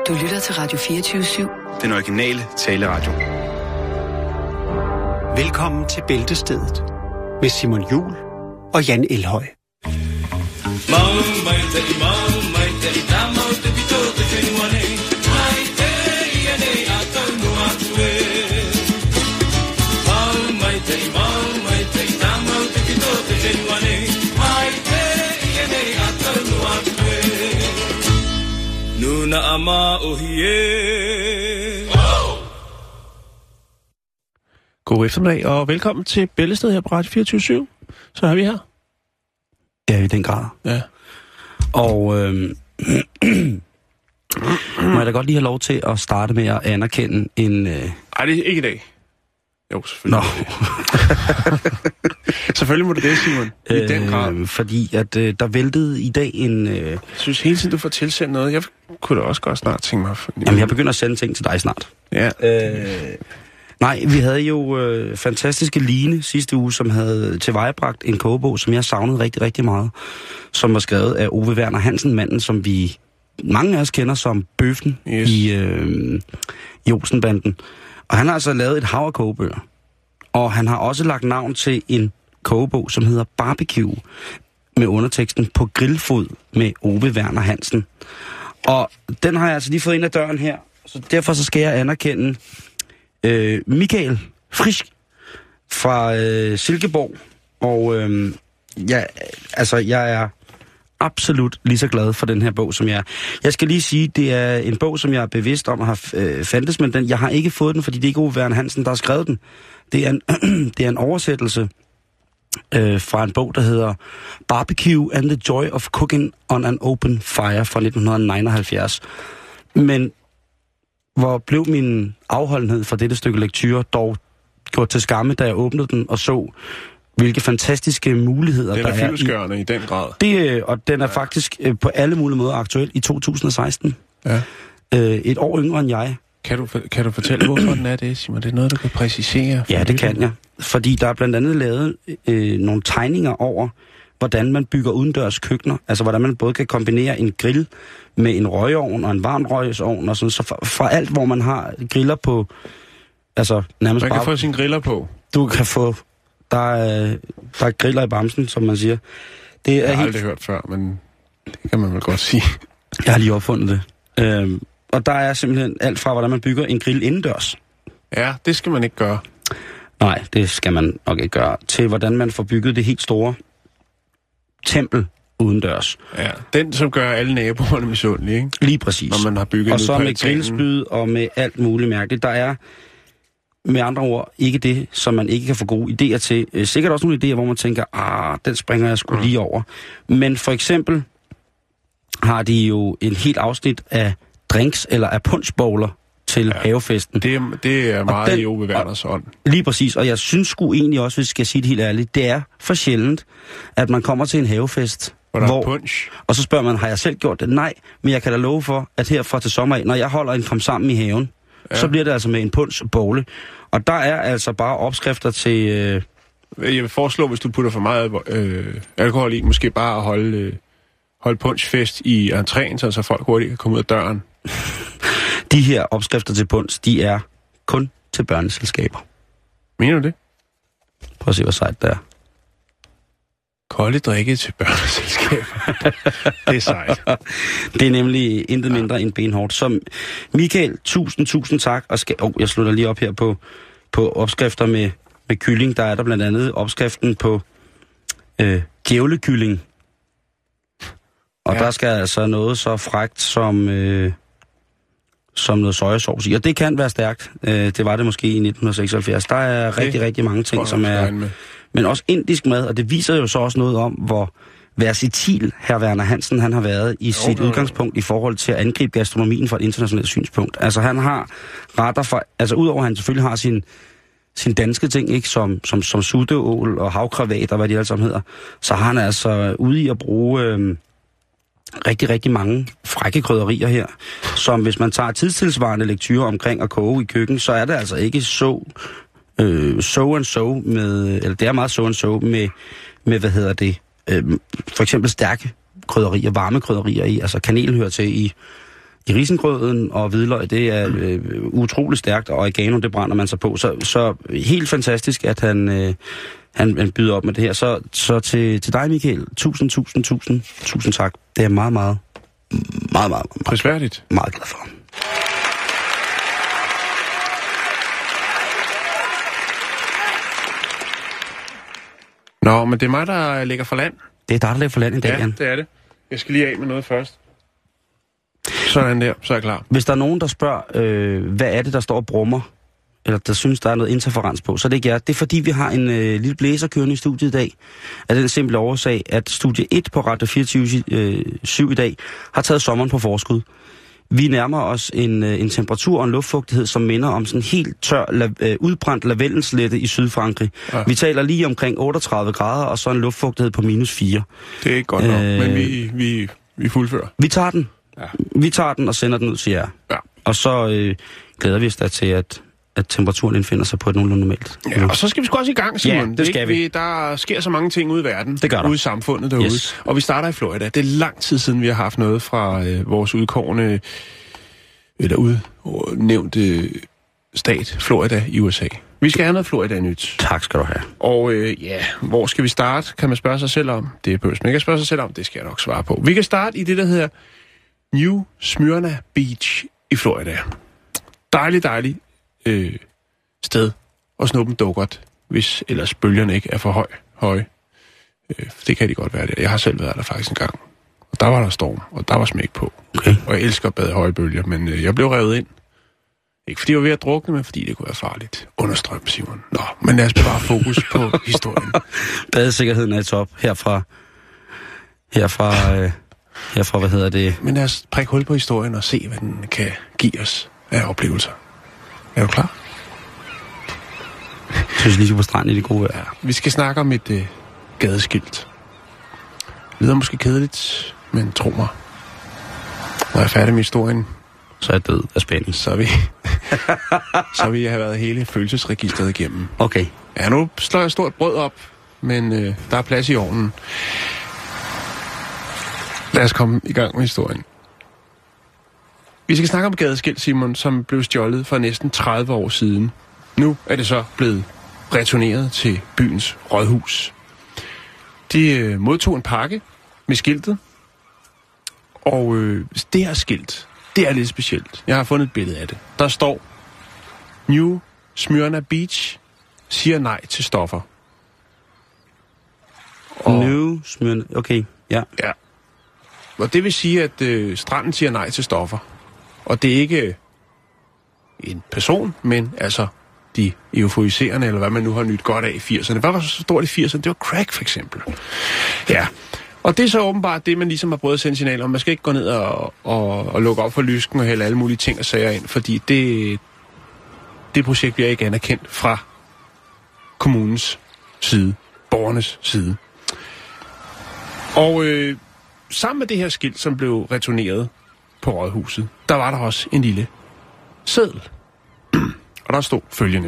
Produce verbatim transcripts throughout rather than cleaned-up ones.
Du lytter til Radio fireogtyve syv. Den originale taleradio. Velkommen til Bæltestedet med Simon Juhl og Jan Elhøj. God eftermiddag, og velkommen til Bæltestedet her på Radio fireogtyve syv. Så er vi her. Ja, i den grad. Ja. Og øh, må jeg da godt lige have lov til at starte med at anerkende en... Øh... Ej, det er ikke i dag. Jo, selvfølgelig. Nå. Selvfølgelig må det det, Simon. I øh, den grad. Fordi at øh, der væltede i dag en... Øh... Jeg synes hele tiden, du får tilsendt noget. Jeg kunne da også godt snart tænke mig... For... Jamen, jeg begynder at sende ting til dig snart. Ja. Øh... Nej, vi havde jo øh, fantastiske Line sidste uge, som havde tilvejebragt en kogebog, som jeg savnede rigtig, rigtig meget. Som var skrevet af Ove Werner Hansen, manden, som vi mange af os kender som Bøffen yes. i, øh, i Olsenbanden. Og han har altså lavet et hav af kogebøger. Og han har også lagt navn til en kogebog, som hedder Barbecue, med underteksten På grillfod med Ove Werner Hansen. Og den har jeg altså lige fået ind ad døren her, så derfor så skal jeg anerkende øh, Michael Frisk fra øh, Silkeborg. Og øh, jeg, altså, jeg er absolut lige så glad for den her bog, som jeg er. Jeg skal lige sige, det er en bog, som jeg er bevidst om at have øh, fandtes, men den, jeg har ikke fået den, fordi det er ikke Ove Werner Hansen, der har skrevet den. Det er en, det er en oversættelse øh, fra en bog, der hedder Barbecue and the Joy of Cooking on an Open Fire fra nitten nioghalvfjerds. Men hvor blev min afholdenhed fra dette stykke lektyre dog gjort til skamme, da jeg åbnede den og så, hvilke fantastiske muligheder den er der er. fyldestgørende i, i den grad. Det, og den er ja. faktisk øh, på alle mulige måder aktuel i to tusind og seksten. Ja. Øh, et år yngre end jeg. Kan du, kan du fortælle, hvorfor den er det, Simon? Det er noget, du kan præcisere? Ja, det kan jeg. Fordi der er blandt andet lavet øh, nogle tegninger over, hvordan man bygger udendørs køkkener. Altså, hvordan man både kan kombinere en grill med en røgovn og en varmrøgsovn og sådan. Så fra, fra alt, hvor man har griller på... Altså, nærmest man kan bare, få sine griller på. Du kan få... Der er, der er griller i bamsen, som man siger. Det er jeg har helt... aldrig hørt før, men det kan man vel godt sige. Jeg har lige opfundet det. Øhm, og der er simpelthen alt fra, hvordan man bygger en grill indendørs. Ja, det skal man ikke gøre. Nej, det skal man nok ikke gøre. Til hvordan man får bygget det helt store tempel udendørs. Ja, den som gør alle naboerne misundelige, ikke? Lige præcis. Når man har bygget og så med altanen. grillspyd og med alt muligt mærkeligt. Der er med andre ord ikke det, som man ikke kan få gode idéer til. Øh, sikkert også nogle idéer, hvor man tænker, ah, den springer jeg sgu mm. lige over. Men for eksempel har de jo en helt afsnit af drinks eller af punchbowler til ja, havefesten. Det er, det er meget den, i Ove Werners ånd. Lige præcis, og jeg synes sgu egentlig også, hvis jeg skal sige det helt ærligt, det er for sjældent, at man kommer til en havefest, hvor der hvor, er punch. Og så spørger man, har jeg selv gjort det? Nej, men jeg kan da love for, at herfra til sommer af, når jeg holder en kom sammen i haven, ja. så bliver det altså med en punchbowle. Og der er altså bare opskrifter til... Øh... Jeg vil foreslå, hvis du putter for meget øh, alkohol i, måske bare at holde, øh, holde punchfest i entréen, så folk hurtigt kan komme ud af døren. De her opskrifter til punch, de er kun til børneselskaber. Mener du det? Prøv at se, hvor sejt det er. Kolde drikke til børneselskaber. Det er sejt. Det er nemlig intet mindre end benhårdt. Så Michael, tusind, tusind tak. Og skal, oh, jeg slutter lige op her på, på opskrifter med, med kylling. Der er der blandt andet opskriften på øh, djævlekylling. Og ja. der skal altså noget så frækt som... Øh, som noget sojasauce i. Og det kan være stærkt. Det var det måske i nitten seksoghalvfjerds. Der er det rigtig, rigtig mange ting, som er... Men også indisk mad, og det viser jo så også noget om, hvor versatil hr. Werner Hansen han har været i sit okay. udgangspunkt i forhold til at angribe gastronomien fra et internationalt synspunkt. Altså han har retter for... Altså udover at han selvfølgelig har sin, sin danske ting, ikke, som, som, som sutteål og havkravat og hvad de alle sammen hedder, så har han altså ude i at bruge... Øh, rigtig, rigtig mange frække krydderier her, som hvis man tager tidstilsvarende lektyre omkring at koge i køkken, så er det altså ikke så øh, so and so med, eller det er meget so and so med, med hvad hedder det, øh, for eksempel stærke krydderier, varme krydderier i, altså kanel hører til i, i risengrøden, og hvidløg, det er øh, utrolig stærkt, og oregano, det brænder man sig på. Så, så helt fantastisk, at han, øh, han, han byder op med det her. Så, så til, til dig, Michael, tusind, tusind, tusind, tusind tak. Det er meget, meget, meget, meget, meget, Prisværdigt. meget glad for. Nå, men det er mig, der ligger for land. Det er dig, der ligger for land i dag, Ja, Jan. det er det. Jeg skal lige af med noget først. Sådan der, så er jeg klar. Hvis der er nogen, der spørger, øh, hvad er det, der står og brummer, eller der synes, der er noget interferens på, så er det ikke jer. Det er fordi, vi har en øh, lille blæser kørende i studiet i dag. Af den simple årsag, at studie et på Radio fireogtyve syv i dag har taget sommeren på forskud. Vi nærmer os en, øh, en temperatur og en luftfugtighed, som minder om sådan en helt tør, la, øh, udbrændt lavendelslette i Sydfrankrig. Ja. Vi taler lige omkring otteogtredive grader, og så en luftfugtighed på minus fire. Det er ikke godt nok, øh, men vi, vi, vi fuldfører. Vi tager den. Ja. Vi tager den og sender den ud til jer. Ja. Og så øh, glæder vi os da til, at, at temperaturen indfinder sig på et nogenlunde normalt. Ja, og så skal vi sgu også i gang, Simon. Ja, det skal vi. Der sker så mange ting ude i verden. Det gør der. Ude i samfundet derude. Yes. Og vi starter i Florida. Det er lang tid siden, vi har haft noget fra øh, vores udkårende, eller udnævnte stat, Florida i U S A. Vi skal have noget Florida-nyt. Tak skal du have. Og øh, ja, hvor skal vi starte, kan man spørge sig selv om. Det behøves man ikke at spørge sig selv om, det skal jeg nok svare på. Vi kan starte i det, der hedder New Smyrna Beach i Florida. Dejligt, dejligt øh, sted at snuppe en dukkert, hvis ellers bølgerne ikke er for høj, høje. Øh, det kan de godt være der. Jeg har selv været der faktisk en gang. Og der var der storm, og der var smæk på. Okay. Og jeg elsker at bade i høje bølger, men øh, jeg blev revet ind. Ikke fordi jeg var ved at drukne, men fordi det kunne være farligt. Understrøm, Simon. Nå, men lad os bare fokus på historien. Badesikkerheden er i top herfra. Herfra, øh, herfra, hvad hedder det? Men lad os prikke hul på historien og se, hvad den kan give os af oplevelser. Er du klar? Jeg synes lige på stranden i det gode vejr. Ja, vi skal snakke om et øh, gadeskilt. Det lyder måske kedeligt, men tro mig. Når jeg er færdig med historien, så er jeg død af spænding. Så vi, så vi have været hele følelsesregistret igennem. Okay. Ja, nu slår jeg stort brød op, men øh, der er plads i ovnen. Lad os komme i gang med historien. Vi skal snakke om gadeskilt, Simon, som blev stjålet for næsten tredive år siden. Nu er det så blevet returneret til byens rådhus. De øh, modtog en pakke med skiltet, og øh, det her skilt, det er lidt specielt. Jeg har fundet et billede af det. Der står, New Smyrna Beach siger nej til stoffer. Og New Smyrna, okay, ja. Ja. Og det vil sige, at øh, stranden siger nej til stoffer. Og det er ikke en person, men altså de euforiserende, eller hvad man nu har nyt godt af i firserne. Hvad var så stort i firserne? Det var crack, for eksempel. Ja. Og det er så åbenbart det, man ligesom har prøvet at sende signaler om. Man skal ikke gå ned og, og, og lukke op for lysken og hælde alle mulige ting og sager ind, fordi det, det projekt bliver ikke anerkendt fra kommunens side, borgernes side. Og øh, sammen med det her skilt, som blev returneret på rådhuset, der var der også en lille seddel. Og der stod følgende.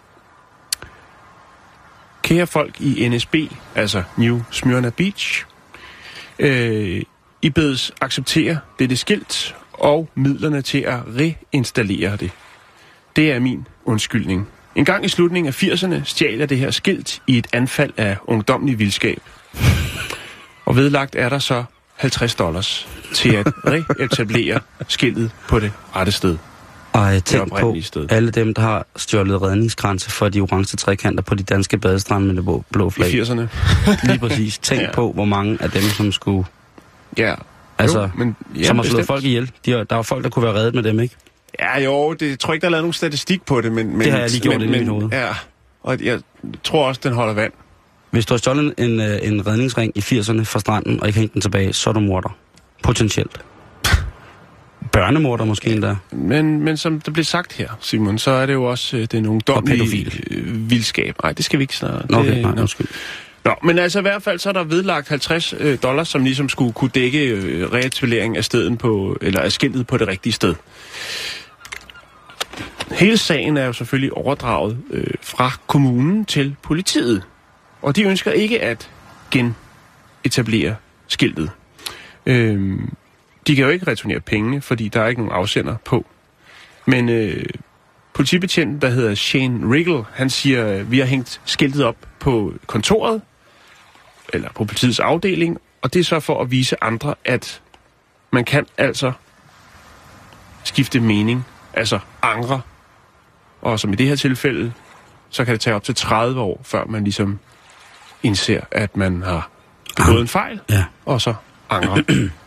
Kære folk i N S B, altså New Smyrna Beach, øh, I bedes acceptere dette skilt og midlerne til at reinstallere det. Det er min undskyldning. En gang i slutningen af firserne stjal jeg det her skilt i et anfald af ungdomlig vildskab. Og vedlagt er der så halvtreds dollars til at reetablere skiltet på det rette sted. Og jeg tænker på sted. alle dem, der har stjålet redningskranse for de orange trekanter på de danske badestrande med det blå flag. I firserne. Lige præcis. Tænk ja. på, hvor mange af dem, som skulle... Ja. Altså, jo, men, ja, som har slået bestemt. folk ihjel. De har, der var folk, der kunne være reddet med dem, ikke? Ja, jo, det jeg tror ikke, der er lavet nogen statistik på det, men... men det har jeg lige gjort men, i mit hoved. Ja, og jeg tror også, den holder vand. Hvis du har stjålet en, en redningsring i firserne fra stranden, og ikke hængt den tilbage, så er du morder. Potentielt. Børnemorder måske endda. Men, men som det blev sagt her, Simon, så er det jo også øh, den ungdomlige øh, vildskab. Nej, det skal vi ikke snart. Okay, det, nej, undskyld. Nå, men altså i hvert fald, så er der vedlagt halvtreds dollars, som ligesom skulle kunne dække øh, reetablering af steden på, eller af skiltet på det rigtige sted. Hele sagen er jo selvfølgelig overdraget øh, fra kommunen til politiet. Og de ønsker ikke at genetablere skiltet. Øh, de kan jo ikke returnere pengene, fordi der er ikke nogen afsender på. Men øh, politibetjenten, der hedder Shane Riggle, han siger, vi har hængt skiltet op på kontoret, eller på politiets afdeling, og det er så for at vise andre, at man kan altså skifte mening, altså angre. Og som i det her tilfælde, så kan det tage op til tredive år, før man ligesom indser, at man har begået en fejl, ja. og så angre.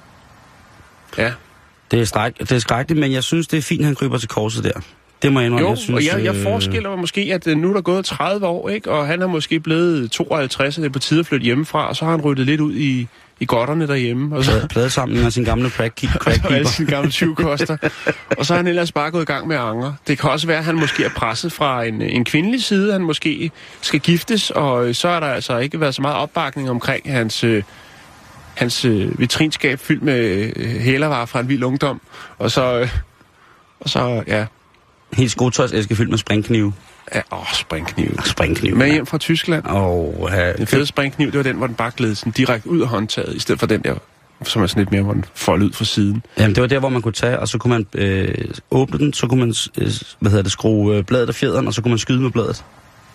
Ja. Det er, stræk, det er skrækkeligt, men jeg synes, det er fint, at han kryber til korset der. Det må jeg indrømme, jo, jeg synes. Og jeg, jeg forestiller mig måske, at nu er der gået tredive år, ikke? Og han er måske blevet tooghalvtreds, og det er på tide at flytte hjemmefra, og så har han ryddet lidt ud i, i godterne derhjemme. Og så pladesamling af sin gamle crackkeeper. Og alle sine gamle tyvekoster. Og så har han ellers bare gået i gang med at angre. Det kan også være, at han måske er presset fra en, en kvindelig side. Han måske skal giftes, og så er der altså ikke været så meget opbakning omkring hans... hans øh, vitrinskab fyldt med øh, hælervarer fra en vild ungdom. Og så, øh, og så ja... Helt skotøjsæske fyldt med springknive. Ja, åh, springknive. Springknive. Med hjem fra Tyskland. Og uh, den fede springkniv, det var den, hvor den bare gled sådan direkte ud af håndtaget, i stedet for den der, som er sådan lidt mere, hvor den folder ud fra siden. Jamen, det var der, hvor man kunne tage, og så kunne man øh, åbne den, så kunne man, øh, hvad hedder det, skrue øh, bladet af fjederen, og så kunne man skyde med bladet.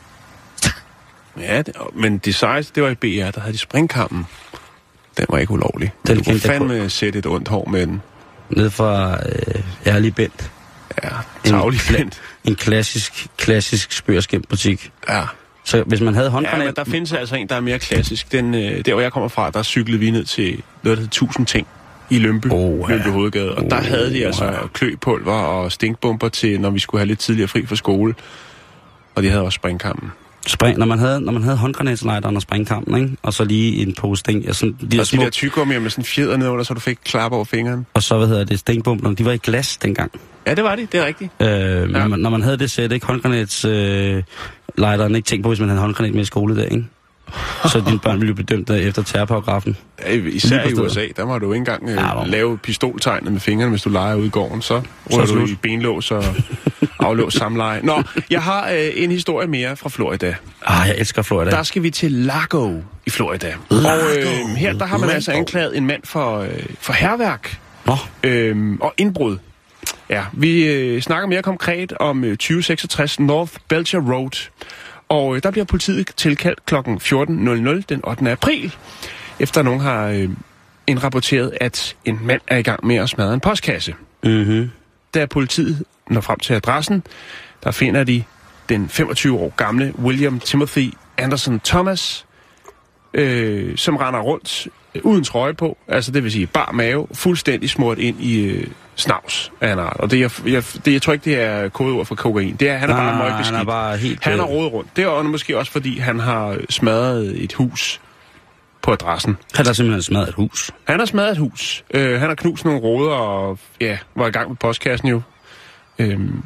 Ja, det, men det sejeste, det var i B R, der havde de springkammen. Den var ikke ulovlig. Den du kunne fandme på... sætte et ondt hår med den. Ned fra øh, Ærlig Bent. Ja, taglig Bent. En klassisk, klassisk spørgeskæmt-butik. Ja. Så hvis man havde håndgranat... Ja, men der findes altså en, der er mere klassisk. Den, øh, der, hvor jeg kommer fra, der cyklede vi ned til noget, der hed tusind ting i Lømby, oh, ja. Lømby Hovedgade. Og oh, der havde de altså ja. kløpulver og stinkbomber til, når vi skulle have lidt tidligere fri fra skole. Og de havde også springkammen. Spring, når man havde, når man havde håndgranatslejteren og springkampen, ikke? Og så lige en pose sting. Ja, sådan, de og små... de der tygummier med sådan fjeder nedunder, så du fik klap over fingeren. Og så, hvad hedder det, stinkbomberne, de var i glas dengang. Ja, det var de, det er rigtigt. Øh, ja. når, man, når man havde det sæt, ikke? Håndgranatslejteren, øh, ikke tænk på, hvis man havde håndgranat med i skole der, ikke? Så dine børn ville blive bedømt efter terrorparagrafen. Ja, især i U S A, der må du ikke engang øh, ja, lave pistoltegnet med fingrene, hvis du leger ude i gården. Så rører du i benlås og aflås samleje. Nå, jeg har øh, en historie mere fra Florida. Ah, jeg elsker Florida. Der skal vi til Largo i Florida. Largo. Og øh, her der har man Largo. altså anklaget en mand for, øh, for hærværk øh, og indbrud. Ja, vi øh, snakker mere konkret om øh, tyve seksogtres North Belcher Road. Og øh, der bliver politiet tilkaldt klokken fjorten nul nul den ottende april, efter nogen har øh, indrapporteret, at en mand er i gang med at smadre en postkasse. Mm-hmm. Da politiet når frem til adressen, der finder de den femogtyve år gamle William Timothy Anderson Thomas, øh, som render rundt øh, uden trøje på, altså det vil sige bar mave, fuldstændig smurt ind i øh, snavs af en art. Og det, jeg, jeg, det, jeg tror ikke, det er kodeord for kokain. Det er, han er nej, bare møgbeskidt. Han er bare helt... Han har rodet rundt. Det er måske også, fordi han har smadret et hus på adressen. Han har simpelthen smadret et hus? Han har smadret et hus. Øh, han har knust nogle ruder og ja, var i gang med postkassen jo. Øhm,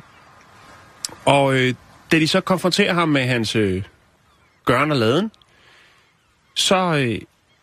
og øh, da de så konfronterer ham med hans øh, gøren og laden, så øh,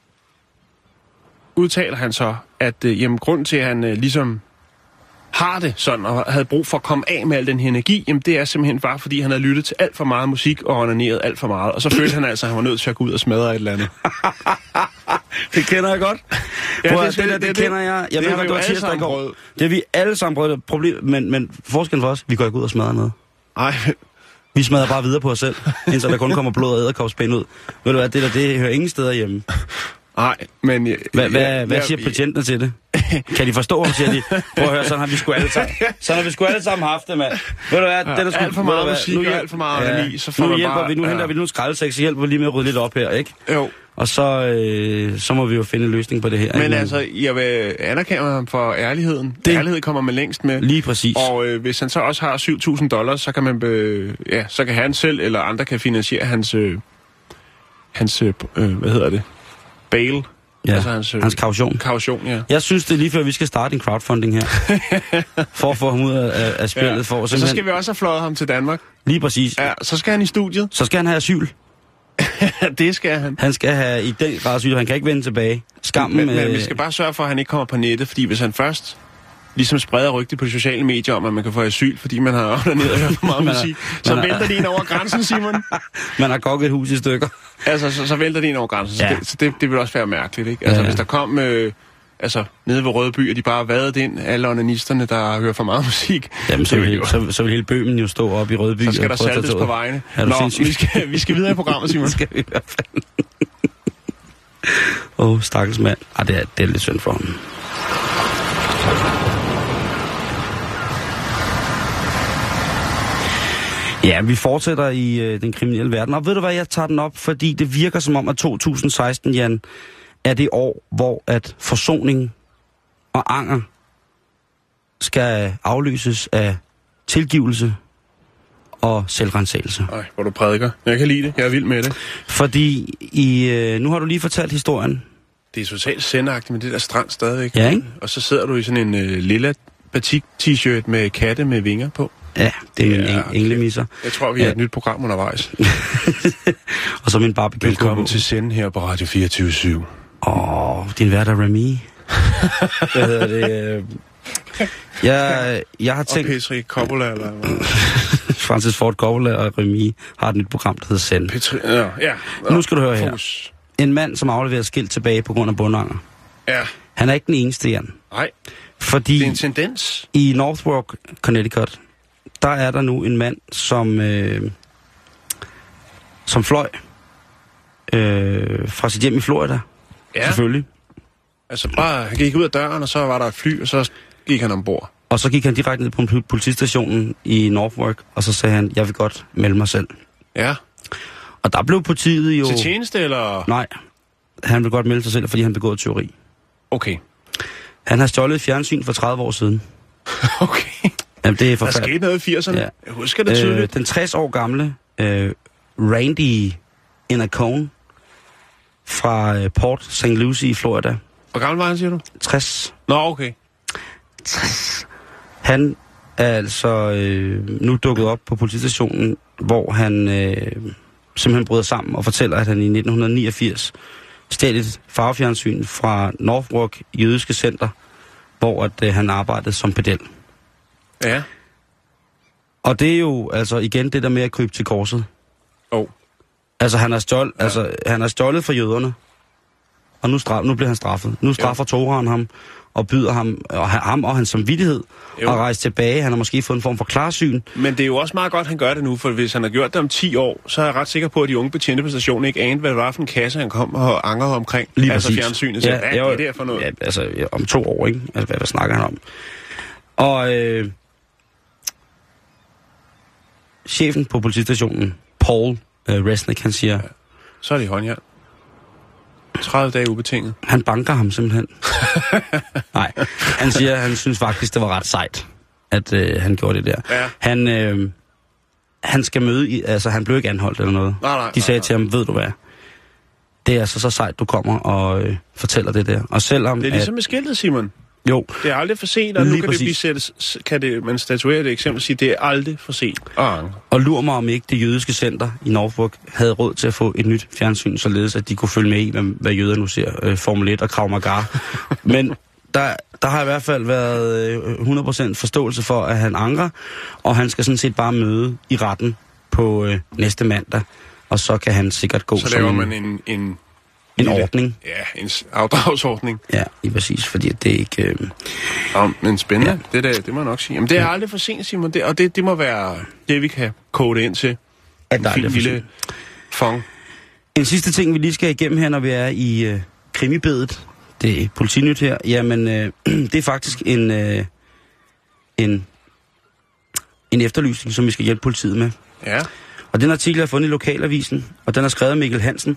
udtaler han så, at øh, jamen, grunden til, at han øh, ligesom har det sådan, og havde brug for at komme af med al den her energi, jamen det er simpelthen bare, fordi han havde lyttet til alt for meget musik og onaneret alt for meget, og så følte han altså, at han var nødt til at gå ud og smadre et eller andet. Det kender jeg godt. Ja, Prøv, det, det, det, det, det, det kender jeg. Jeg det ved, at du har tirsdag i går. Det er vi alle sammen prøvet. Problem, men, men forskellen for os, vi går ikke ud og smadrer noget. Nej. Vi smadrer bare videre på os selv, indtil der kun kommer blod og æderkopspind ud. Ved du hvad, det der, det hører ingen steder hjemme. Nej, men... Jeg, hvad hvad, jeg, hvad jeg, siger patienterne til det? Kan de forstå, hvad siger de? Prøv at høre, sådan har vi sgu alle sammen. Sådan har vi sgu alle sammen haft det, mand. Ved du hvad, ja, det er sgu... Alt for meget musik og alt for meget ja, onani, så får nu man hjælper bare... Vi, nu ja. henter vi nu skraldesæk, så hjælper vi lige med at rydde lidt op her, ikke? Jo. Og så, øh, så må vi jo finde en løsning på det her. Men ikke? altså, jeg vil anerkende ham for ærligheden. Det... Ærlighed kommer man længst med. Lige præcis. Og øh, hvis han så også har syv tusind dollars, så kan man... Be... Ja, så kan han selv eller andre kan finansiere hans... Øh... Hans... Øh... Hvad hedder det? Bail. Ja, altså hans, øh, hans kaution. Kaution, ja. Jeg synes, det er lige før, vi skal starte en crowdfunding her. For at få ham ud af, af spillet. Ja. For, og så skal vi også have fløjet ham til Danmark. Lige præcis. Ja, så skal han i studiet. Så skal han have asyl. Det skal han. Han skal have i den grad asyl. Han kan ikke vende tilbage. Skammen... Men, men øh... vi skal bare sørge for, at han ikke kommer på nettet, fordi hvis han først ligesom spreder rygte på de sociale medier om, at man kan få asyl, fordi man har onaneret og hørt for meget musik, så har... vælter de ind over grænsen, Simon. Man har kokket et hus i stykker. Altså, så, så vælter de ind over grænsen, så, ja. det, så det, det vil også være mærkeligt, ikke? Altså, ja, ja. Hvis der kom øh, altså nede ved Rødby, og de bare har været ind, alle onanisterne, der hører for meget musik. Jamen, så vil, så, så vil hele Bøhmen jo stå op i Rødby. Så skal der saltes på vejene. Nå, vi skal, vi skal videre i programmet, Simon. Det skal vi i hvert fald. Åh, oh, stakkels mand. Ah, det er, det er lidt synd for ham. Ja, vi fortsætter i øh, den kriminelle verden. Og ved du hvad, jeg tager den op, fordi det virker som om, at to tusind seksten, Jan, er det år, hvor at forsoning og anger skal afløses af tilgivelse og selvrensagelse. Nej, hvor du prædiker. Jeg kan lide det. Jeg er vild med det. Fordi i, øh, nu har du lige fortalt historien. Det er totalt sendagtigt med det der strand stadigvæk. Ja, ikke? Og så sidder du i sådan en øh, lilla batik-t-shirt med katte med vinger på. Ja, det er ja, en englemisser. Jeg tror, vi har ja. et nyt program undervejs. Og så min barbecue. Velkommen til Sende her på Radio fireogtyve syv. Åh, oh, din vært er Remy. Hvad hedder det? Jeg, jeg har tænkt... Og Petri Coppola, eller hvad? Francis Ford Coppola og Remy har et nyt program, der hedder Send. Petri... Ja, ja. Nu skal du høre her. En mand, som afleverer skilt tilbage på grund af bundanger. Ja. Han er ikke den eneste, Jan. Nej. Fordi det er en tendens. I Northwark, Connecticut, der er der nu en mand, som, øh, som fløj øh, fra sit hjem i Florida. Ja. Selvfølgelig. Altså bare, han gik ud af døren, og så var der et fly, og så gik han ombord. Og så gik han direkte ned på politistationen i Northwark, og så sagde han, jeg vil godt melde mig selv. Ja. Og der blev politiet jo... Til tjeneste, eller...? Nej, han vil godt melde sig selv, fordi han begået tyveri. Okay. Han har stjålet et fjernsyn for tredive år siden. Okay. Jamen, det er forfærdeligt. Der skete noget i firserne. Ja. Jeg husker det tydeligt. Øh, den tres år gamle øh, Randy Iannacone fra øh, Port Saint Lucie i Florida. Hvor gammel var han, siger du? tres. Nå, okay. tres. Han er altså øh, nu dukket op på politistationen, hvor han øh, simpelthen bryder sammen og fortæller, at han i nitten niogfirs stjal et farvefjernsyn fra Northwark Jødiske Center, hvor at, øh, han arbejdede som pedel. Ja. Og det er jo altså igen det der med at krybe til korset. Oh. Altså han har stjålet, ja. altså han har stjålet for jøderne. Og nu straf, nu bliver han straffet. Nu straffer Toraen ham og byder ham og ham og hans samvittighed og rejse tilbage. Han har måske fået en form for klarsyn. Men det er jo også meget godt, at han gør det nu, for hvis han har gjort det om ti år, så er jeg ret sikker på, at de unge betjente på stationen ikke anede, hvad det var for en kasse, han kom og angerede omkring. Lige altså præcis. fjernsynet. Så, ja, hvad er det der for noget? Ja, altså ja, om to år, ikke? Altså hvad, hvad snakker han om? Og øh, chefen på politistationen, Paul øh, Resnick, han siger... Ja. Så er det i håndjern. tredive dage ubetinget. Han banker ham simpelthen. Nej, han siger, han synes faktisk, det var ret sejt, at øh, han gjorde det der. Ja. Han, øh, han skal møde, i, altså han blev ikke anholdt eller noget. Nej, nej, De sagde nej, nej. til ham, ved du hvad, det er altså så sejt, du kommer og øh, fortæller det der. Og selvom, det er ligesom at, med skiltet, Simon. Jo. Det er aldrig for sent, og nu Lige kan præcis. det blive sættes, kan det, man statuere det eksempel sige, det er aldrig for sent. Ah. Og lur mig om ikke det jødiske center i Norfolk havde råd til at få et nyt fjernsyn, således at de kunne følge med i, hvad, hvad jøder nu ser, øh, Formel et og Krav Maga. Men der, der har i hvert fald været øh, hundrede procent forståelse for, at han anker, og han skal sådan set bare møde i retten på øh, næste mandag, og så kan han sikkert gå så som laver en, man en... en en lille, ordning. Ja, en afdragsordning. Ja, lige præcis, fordi det er ikke... Øh... Ja, men spændende, ja. det, der, det må jeg nok sige. Jamen, det er ja. aldrig for sent, Simon, det, og det, det må være det, vi kan kode ind til. At der en fin lille fong. En sidste ting, vi lige skal igennem her, når vi er i øh, krimibedet, det er Politinyt her, jamen, øh, det er faktisk en, øh, en, en efterlysning, som vi skal hjælpe politiet med. Ja. Og den artikel er fundet i Lokalavisen, og den er skrevet af Mikkel Hansen.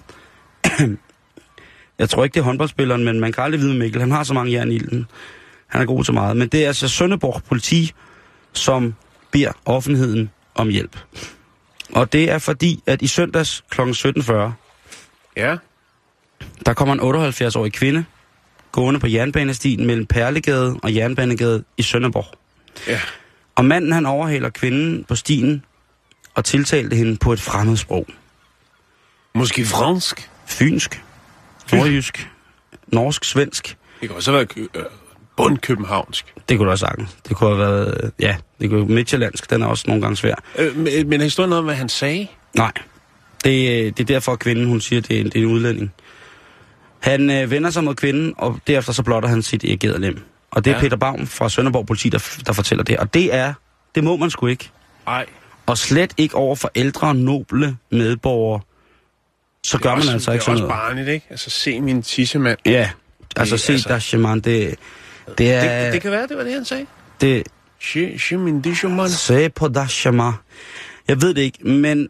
Jeg tror ikke, det er håndboldspilleren, men man kan aldrig vide med Mikkel. Han har så mange jern i ilden. Han er god til meget. Men det er altså Sønderborg Politi, som beder offentligheden om hjælp. Og det er fordi, at i søndags kl. sytten fyrre, ja. der kommer en otteoghalvfjerds-årig kvinde gående på jernbanestien mellem Perlegade og Jernbanegade i Sønderborg. Ja. Og manden, han overhaler kvinden på stien og tiltalte hende på et fremmedsprog. Måske fransk? Fynsk, nordjysk, norsk, svensk. Det kan også være øh, bundkøbenhavnsk. Det kunne det også sagtens. Det kunne have været, ja, det kunne midtjyllandsk, den er også nogle gange svær. Øh, men, men er historien noget om, hvad han sagde? Nej, det, det er derfor, at kvinden, hun siger, at det er en, det er en udlænding. Han øh, vender sig mod kvinden, og derefter så blotter han sit erigerede lem. Og det er ja. Peter Baum fra Sønderborg Politi, der, der fortæller det. Og det er, det må man sgu ikke. Nej. Og slet ikke over for ældre, noble medborgere. Så gør også, man altså ikke sådan noget. Det er også barnligt, ikke? Altså, se min tissemand. Ja, altså se altså, der, Shaman, det, det er... Det, det kan være, det var det, han sagde. Det... Se, se min tisseman. Se på der, Shaman. Jeg ved det ikke, men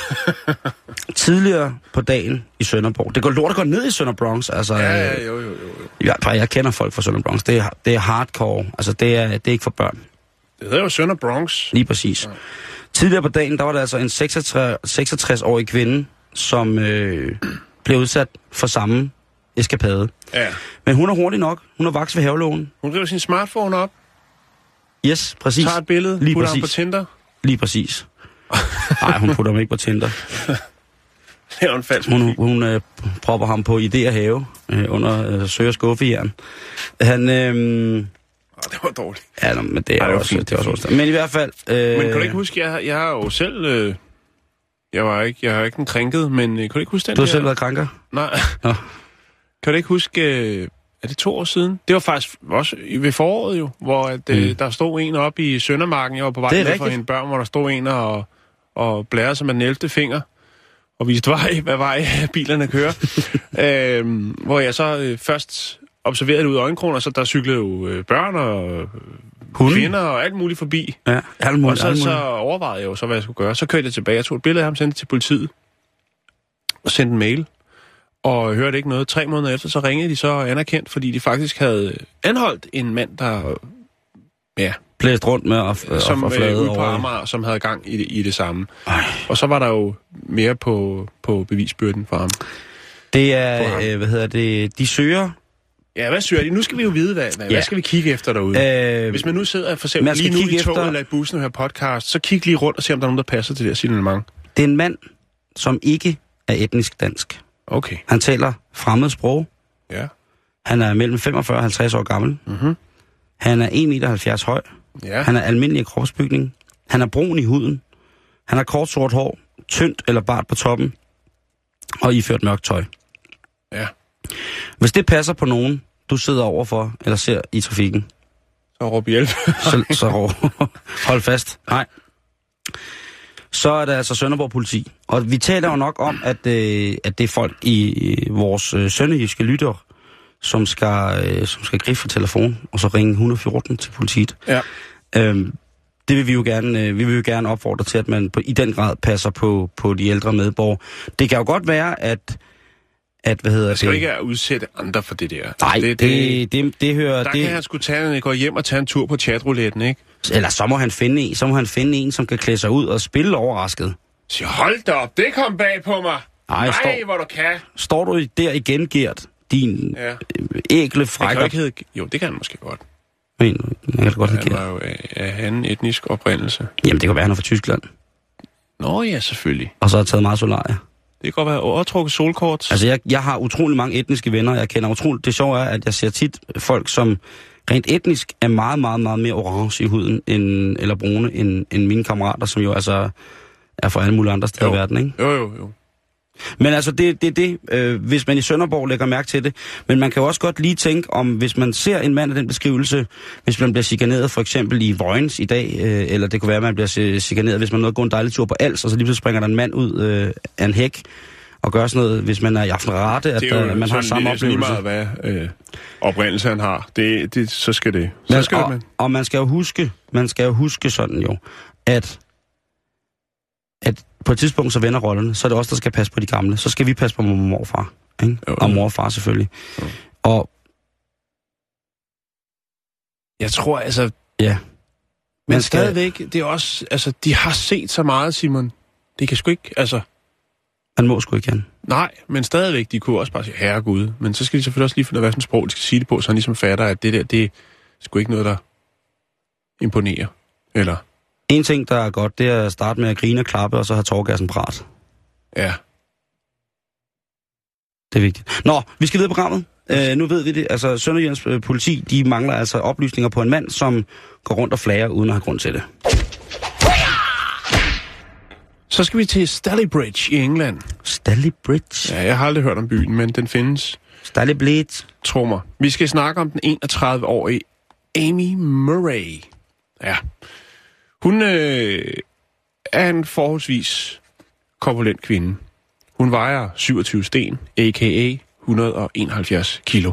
tidligere på dagen i Sønderborg, det går lort at gå ned i Sønderbronx, altså... Ja, ja, jo, jo, jo. Jeg, jeg kender folk fra Sønderbronx, det er, det er hardcore, altså det er, det er ikke for børn. Det hedder jo Sønderbronx. Lige præcis. Ja. Tidligere på dagen, der var der altså en seksogtres-årig kvinde, som øh, blev udsat for samme eskapade. Ja. Men hun er hurtig nok, hun er vaks ved havelågen. Hun river sin smartphone op. Yes, præcis. Tager et billede, lige putter præcis. ham på Tinder. Lige præcis. Nej, hun putter ham ikke på Tinder. Det er jo en falsk Hun, hun øh, propper ham på idé at have øh, under øh, søger skuffejern. Han... Øh, Oh, det var dårligt. Ja, men det er Ej, det også... fint, Det er også men i hvert fald... Øh, men kan du ikke huske, jeg, jeg har jo selv... Øh, jeg var ikke, jeg har ikke den krænket, men øh, kan du ikke huske den Du har her? selv været krænker? Nej. Nå. Kan du ikke huske... Øh, er det to år siden? Det var faktisk også ved foråret jo, hvor at, øh, mm. der stod en op i Søndermarken. Jeg var på vej ned for hende børn, hvor der stod en og, og blærede sig med den ellevte finger. Og viste vej, hvad vej bilerne kører. øh, hvor jeg så øh, først... observerede det ud af øjenkroner, så der cyklede jo øh, børn og øh, kvinder og alt muligt forbi. Ja, alt muligt. Og så, alt muligt. så overvejede jeg jo så, hvad jeg skulle gøre. Så kørte jeg tilbage, jeg tog et billede af ham, sendte det til politiet, og sendte en mail, og hørte ikke noget. Tre måneder efter, så ringede de så anerkendt, fordi de faktisk havde anholdt en mand, der ja, blæst rundt med og, som, og, og øh, ude på over. Amager, som havde gang i det, i det samme. Ej. Og så var der jo mere på, på bevisbyrden for ham. Det er, øh, hvad hedder det, de søger... Ja, hvad søger de? Nu skal vi jo vide, hvad, hvad, ja. hvad skal vi kigge efter derude? Øh, Hvis man nu sidder for eksempel lige nu i toget efter... eller i bussen og hører podcast, så kig lige rundt og se, om der er nogen, der passer til det her signalement. Det er en mand, som ikke er etnisk dansk. Okay. Han taler fremmed sprog. Ja. Han er mellem femogfyrre og halvtreds år gammel. Mm-hmm. Han er en komma halvfjerds meter høj. Ja. Han er almindelig i kropsbygning. Han er brun i huden. Han har kort sort hår, tyndt eller bart på toppen, og iført mørkt tøj. Ja. Hvis det passer på nogen, du sidder overfor eller ser i trafikken, så råb hjælp. så, så råb. Hold fast. Nej. Så er det altså Sønderborg Politi. Og vi taler jo nok om, at, øh, at det er folk i, i vores øh, sønderjyske lyttere, som skal, øh, som skal gribe for telefon, og så ringe et et fire til politiet. Ja. Øhm, det vil vi jo gerne, øh, vi vil jo gerne opfordre til, at man på, i den grad passer på, på de ældre medborgere. Det kan jo godt være, at at, hvad hedder jeg skal det? ikke udsætte andre for det der. Nej, det, det, det, det, det hører... Der det, kan han sgu tage, gå hjem og tage en tur på chatrouletten, ikke? Eller så må han finde en, så må han finde en, som kan klæde sig ud og spille overrasket. Så hold da op, det kom bag på mig. Ej, Nej, står, hvor du kan. Står du der igen, Gert? Din ja. ægle frækker... Det kan jo ikke hedde... Jo, det kan han måske godt. Men, jeg kan da godt lide Han Gert. var jo af, af anden etnisk oprindelse. Jamen, det kan være, han er fra Tyskland. Nå ja, selvfølgelig. Og så har taget meget solarie. Det kan godt være overtrukket solkort. Altså, jeg, jeg har utrolig mange etniske venner, jeg kender utroligt. Det sjove er, at jeg ser tit folk, som rent etnisk er meget, meget, meget mere orange i huden, end, eller brune, end, end mine kammerater, som jo altså er fra alle mulige andre steder jo. i verden, ikke? Jo, jo, jo. Men altså, det er det, det øh, hvis man i Sønderborg lægger mærke til det. Men man kan jo også godt lige tænke om, hvis man ser en mand af den beskrivelse, hvis man bliver chikaneret for eksempel i Vojens i dag, øh, eller det kunne være, at man bliver chikaneret, hvis man nåede at gå en dejlig tur på Als, og så lige pludselig springer der en mand ud øh, af en hæk, og gør sådan noget, hvis man er i aftenrate, at der, man har samme oplevelse. Det er jo meget, hvad øh, oprindelse han har. Det, det, så skal det. Så Men, skal og, det, man. og man skal jo huske, man skal jo huske sådan jo, at at på et tidspunkt så vender rollerne, så er det os, der skal passe på de gamle. Så skal vi passe på mor og morfar, ikke? Jo, og mor og far selvfølgelig. Jo. Og jeg tror altså... Ja. Men skal... stadigvæk, det er også... Altså, de har set så meget, Simon. Det kan sgu ikke... Altså... Man må sgu ikke, Jan. Nej, men stadigvæk, de kunne også bare sige, herregud. Men så skal de selvfølgelig også lige finde ud af, hvad for en sprog de skal sige det på, så han ligesom fatter, at det der, det er sgu ikke noget, der imponerer. Eller... En ting, der er godt, det er at starte med at grine og klappe, og så have tårgassen prat. Ja. Det er vigtigt. Nå, vi skal videre på programmet. Uh, nu ved vi det. Altså, Sønderjyllands uh, politi, de mangler altså oplysninger på en mand, som går rundt og flager, uden at have grund til det. Så skal vi til Stalybridge i England. Stalybridge? Ja, jeg har aldrig hørt om byen, men den findes. Stadig blidt. Tro mig. Vi skal snakke om den enogtredive-årige Amy Murray. Ja. Hun øh, er en forholdsvis korpulent kvinde. Hun vejer syvogtyve sten, a k a et hundrede og enoghalvfjerds kilo.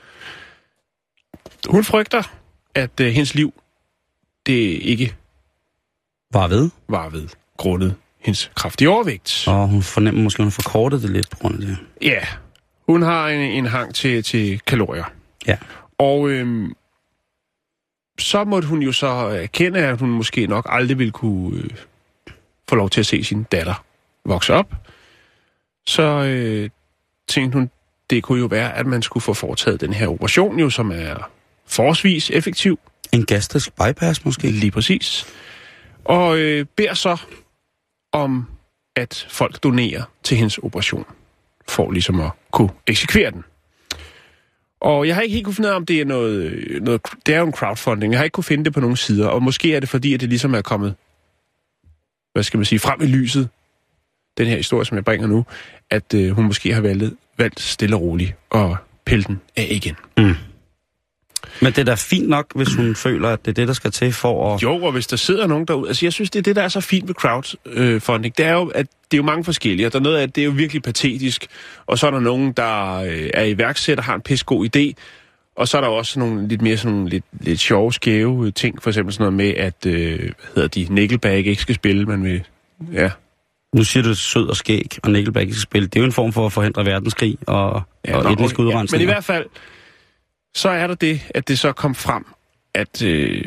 Hun frygter, at øh, hendes liv, det ikke var ved. var ved grundet hendes kraftige overvægt. Og hun fornemmer måske, at hun har forkortet det lidt på grund af det. Ja, hun har en, en hang til, til kalorier. Ja. Og øhm, så måtte hun jo så erkende, at hun måske nok aldrig ville kunne øh, få lov til at se sin datter vokse op. Så øh, tænkte hun, det kunne jo være, at man skulle få foretaget den her operation, jo, som er forholdsvis effektiv. En gastrisk bypass måske? Lige præcis. Og øh, beder så om, at folk donerer til hendes operation, for ligesom at kunne eksekvere den. Og jeg har ikke helt kunne finde ud af, om det er noget, noget... Det er jo en crowdfunding. Jeg har ikke kunne finde det på nogen sider. Og måske er det fordi, at det ligesom er kommet, hvad skal man sige, frem i lyset, den her historie, som jeg bringer nu, at øh, hun måske har valgt, valgt stille og roligt at pille den af igen. Mm. Men det er da fint nok, hvis hun føler, at det er det, der skal til for at... Jo, og hvis der sidder nogen derude... Altså, jeg synes, det er det, der er så fint med crowdfunding. Det er jo, at det er jo mange forskellige. Der er noget af, at det er jo virkelig patetisk. Og så er der nogen, der øh, er iværksætter, har en pissegod idé. Og så er der også nogle lidt mere sådan nogle lidt, lidt sjove, skæve ting. For eksempel sådan noget med, at øh, hvad hedder de, Nickelback ikke skal spille, man vil... Ja. Nu siger du sød og skæg, og Nickelback ikke skal spille. Det er jo en form for at forhindre verdenskrig og, ja, og nå, etnisk okay, udrensning. Ja, men i hvert fald... Så er der det, at det så kom frem, at, øh,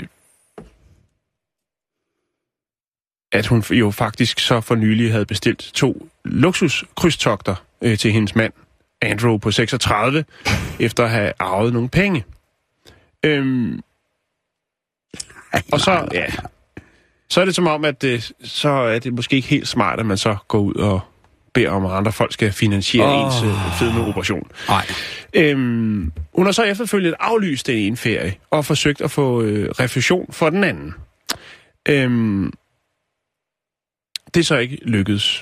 at hun jo faktisk så for nylig havde bestilt to luksuskrydstogter øh, til hendes mand, Andrew på seksogtredive, efter at have arvet nogle penge. Øhm, og så, ja, så er det som om, at det, så er det måske ikke helt smart, at man så går ud og beder om, at andre folk skal finansiere oh. ens øh, fedmeoperation. Nej. Øhm, hun har så efterfølgende aflyst den ene ferie, og forsøgt at få øh, refusion for den anden. Øhm, det er så ikke lykkedes.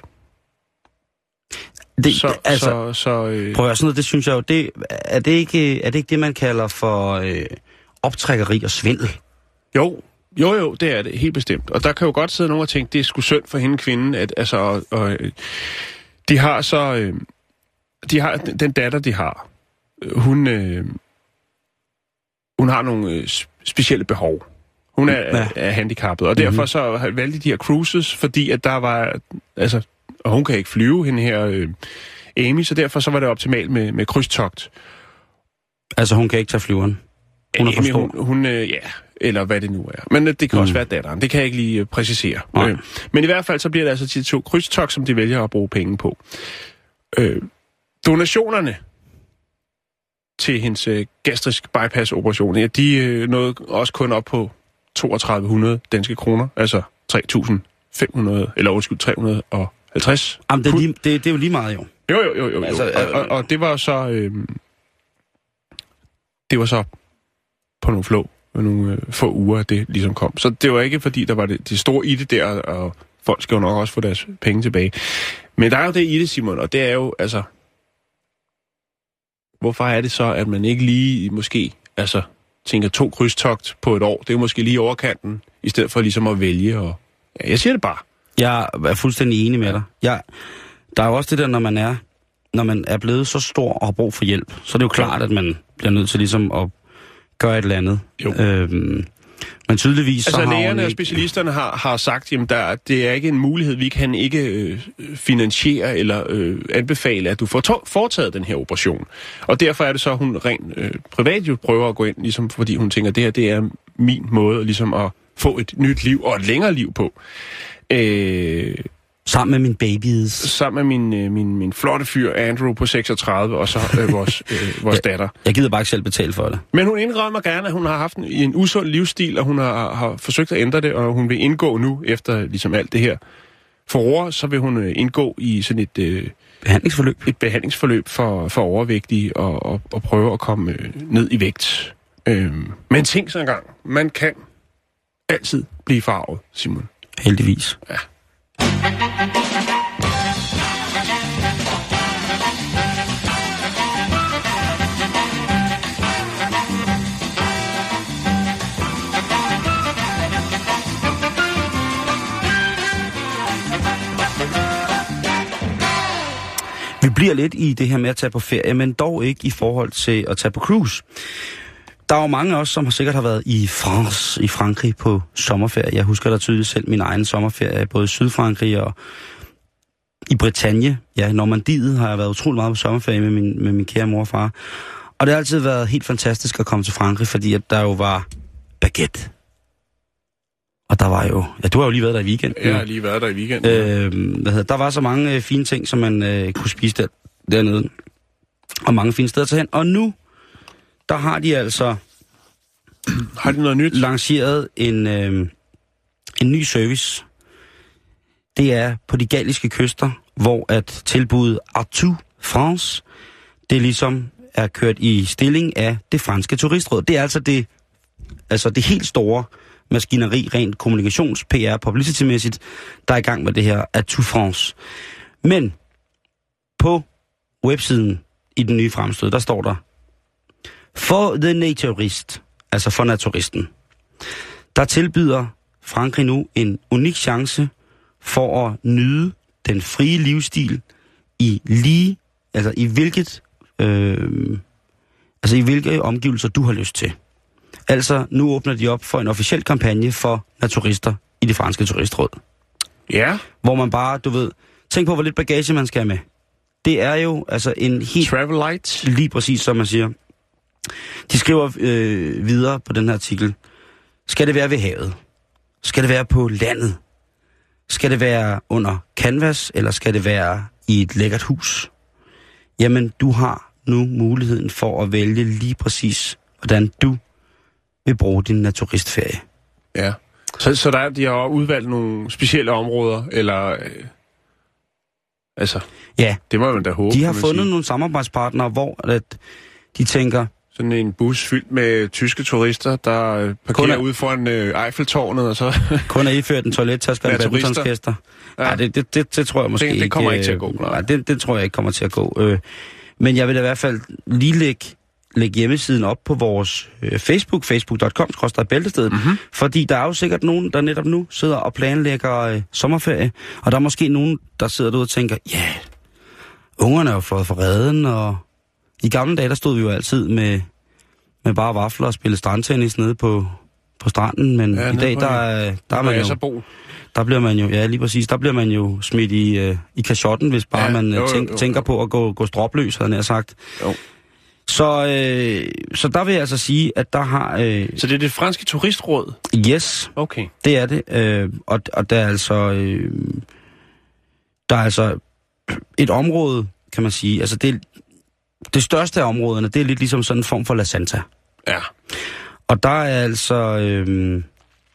Det, så, altså, så, så, øh, prøv at sådan noget, det synes jeg jo, det, er, det ikke, er det ikke det, man kalder for øh, optrækkeri og svindel? Jo, jo, jo, det er det, helt bestemt. Og der kan jo godt sidde nogen og tænke, det er sgu synd for hende kvinden, at altså, og, og, de har så, øh, de har, den datter, de har, hun, øh, hun har nogle øh, specielle behov. Hun er, ja. er handicappet, og derfor så valgte de her cruises, fordi at der var, altså, og hun kan ikke flyve, hende her øh, Amy, så derfor så var det optimalt med, med krydstogt. Altså hun kan ikke tage flyveren? Hun Amy, hun, hun øh, ja, eller hvad det nu er. Men øh, det kan mm. også være datteren, det kan jeg ikke lige øh, præcisere. Øh, men i hvert fald så bliver det altså til to krydstogt, som de vælger at bruge penge på. Øh, donationerne til hendes øh, gastrisk bypass-operation, ja, de øh, nåede også kun op på toogtredive hundrede danske kroner, altså tre tusind fem hundrede, eller undskyld, tre hundrede og halvtreds. Jamen, det er, lige, det, det er jo lige meget, jo. Jo, jo, jo, jo. Altså, og, og, og det var så... Øh, det var så på nogle flå, nogle øh, få uger, at det ligesom kom. Så det var ikke, fordi der var det, det store i det der, og folk skal jo nok også få deres penge tilbage. Men der er jo det i det, Simon, og det er jo, altså... Hvorfor er det så, at man ikke lige måske, altså, tænker to krydstogt på et år? Det er jo måske lige overkanten, i stedet for ligesom at vælge, og... Ja, jeg siger det bare. Jeg er fuldstændig enig med dig. Jeg, der er jo også det der, når man er, når man er blevet så stor og har brug for hjælp, så er det jo klart, at man bliver nødt til ligesom at gøre et eller andet. Jo. Øhm, men tydeligvis altså, så har lægerne ikke... og specialisterne har, har sagt, at det er ikke en mulighed, vi kan ikke øh, finansiere eller øh, anbefale, at du får to- foretaget den her operation. Og derfor er det så, at hun rent øh, privat jo prøver at gå ind, ligesom, fordi hun tænker, at det her det er min måde ligesom, at få et nyt liv og et længere liv på. Øh, Sammen med min babies. Sammen med min, øh, min, min flotte fyr, Andrew på seksogtredive, og så øh, vores, øh, vores datter. Jeg gider bare ikke selv betale for det. Men hun indrømmer gerne, at hun har haft en, en usund livsstil, og hun har, har forsøgt at ændre det, og hun vil indgå nu, efter ligesom alt det her forår, så vil hun øh, indgå i sådan et... Øh, behandlingsforløb. Et behandlingsforløb for, for overvægtige, og, og, og prøve at komme øh, ned i vægt. Øh, men tænk så engang, man kan altid blive farvet, Simon. Heldigvis. Ja. Vi bliver lidt i det her med at tage på ferie, men dog ikke i forhold til at tage på cruise. Der er jo mange af os, som har sikkert har været i France, i Frankrig på sommerferie. Jeg husker da tydeligt selv min egen sommerferie, både i Sydfrankrig og i Bretagne. Ja, i Normandiet har jeg været utrolig meget på sommerferie med min, med min kære mor og far. Og det har altid været helt fantastisk at komme til Frankrig, fordi at der jo var baguette. Og der var jo... Ja, du har jo lige været der i weekenden. Jeg har lige været der i weekenden. Øh, hvad hedder, der var så mange øh, fine ting, som man øh, kunne spise der, dernede. Og mange fine steder til hen. Og nu, der har de altså... Har de noget nyt? Lanceret en, øh, en ny service. Det er på de galliske kyster, hvor at tilbuddet Artu France, det ligesom er kørt i stilling af det franske turistråd. Det er altså det, altså det helt store maskineri, rent kommunikations-, P R, publicity-mæssigt, der er i gang med det her Artu France. Men på websiden i den nye fremstød, der står der, for the naturist, altså for naturisten, der tilbyder Frankrig nu en unik chance for at nyde den frie livsstil i lige, altså i hvilket, øh, altså i hvilke omgivelser du har lyst til. Altså, nu åbner de op for en officiel kampagne for naturister i det franske turistråd. Ja. Hvor man bare, du ved, tænk på, hvor lidt bagage man skal have med. Det er jo altså en helt... Travel light. Lige præcis, som man siger. De skriver øh, videre på den her artikel. Skal det være ved havet? Skal det være på landet? Skal det være under canvas, eller skal det være i et lækkert hus? Jamen, du har nu muligheden for at vælge lige præcis, hvordan du vil bruge din naturistferie. Ja. Så, så der, de har udvalgt nogle specielle områder, eller... Øh, altså... Ja. Det må man da håbe. De har fundet sige. nogle samarbejdspartnere, hvor at de tænker... Sådan en bus fyldt med tyske turister, der parkerer er, ude foran øh, Eiffeltårnet, og så... kun er iført en toilettaske og en badmintonskæster. Ja. Nej, det, det, det, det tror jeg måske det, ikke... Det kommer ikke til at gå. Nej, nej det, det tror jeg ikke kommer til at gå. Øh, men jeg vil da i hvert fald lige lægge, lægge hjemmesiden op på vores øh, Facebook, facebook punktum com skråstreg bæltestedet, mm-hmm. fordi der er jo sikkert nogen, der netop nu sidder og planlægger øh, sommerferie, og der er måske nogen, der sidder derude og tænker, ja, yeah, ungerne er jo fløjet fra redden, og i gamle dage, der stod vi jo altid med, med bare vafler og spille strandtennis nede på, på stranden, men ja, i dag, der, der, der er man jo... Der bliver man jo, ja lige præcis, der bliver man jo smidt i, øh, i kashotten, hvis bare ja, man jo, tænk, jo, jo, tænker på at gå, gå stropløs, havde jeg sagt. Jo. Så, øh, så der vil jeg altså sige, at der har... Øh, så det er det franske turistråd? Yes, okay. Det er det. Øh, og, og der er altså... Øh, der er altså et område, kan man sige, altså det, det største af områderne, det er lidt ligesom sådan en form for La Santa. Ja. Og der er altså... Øh,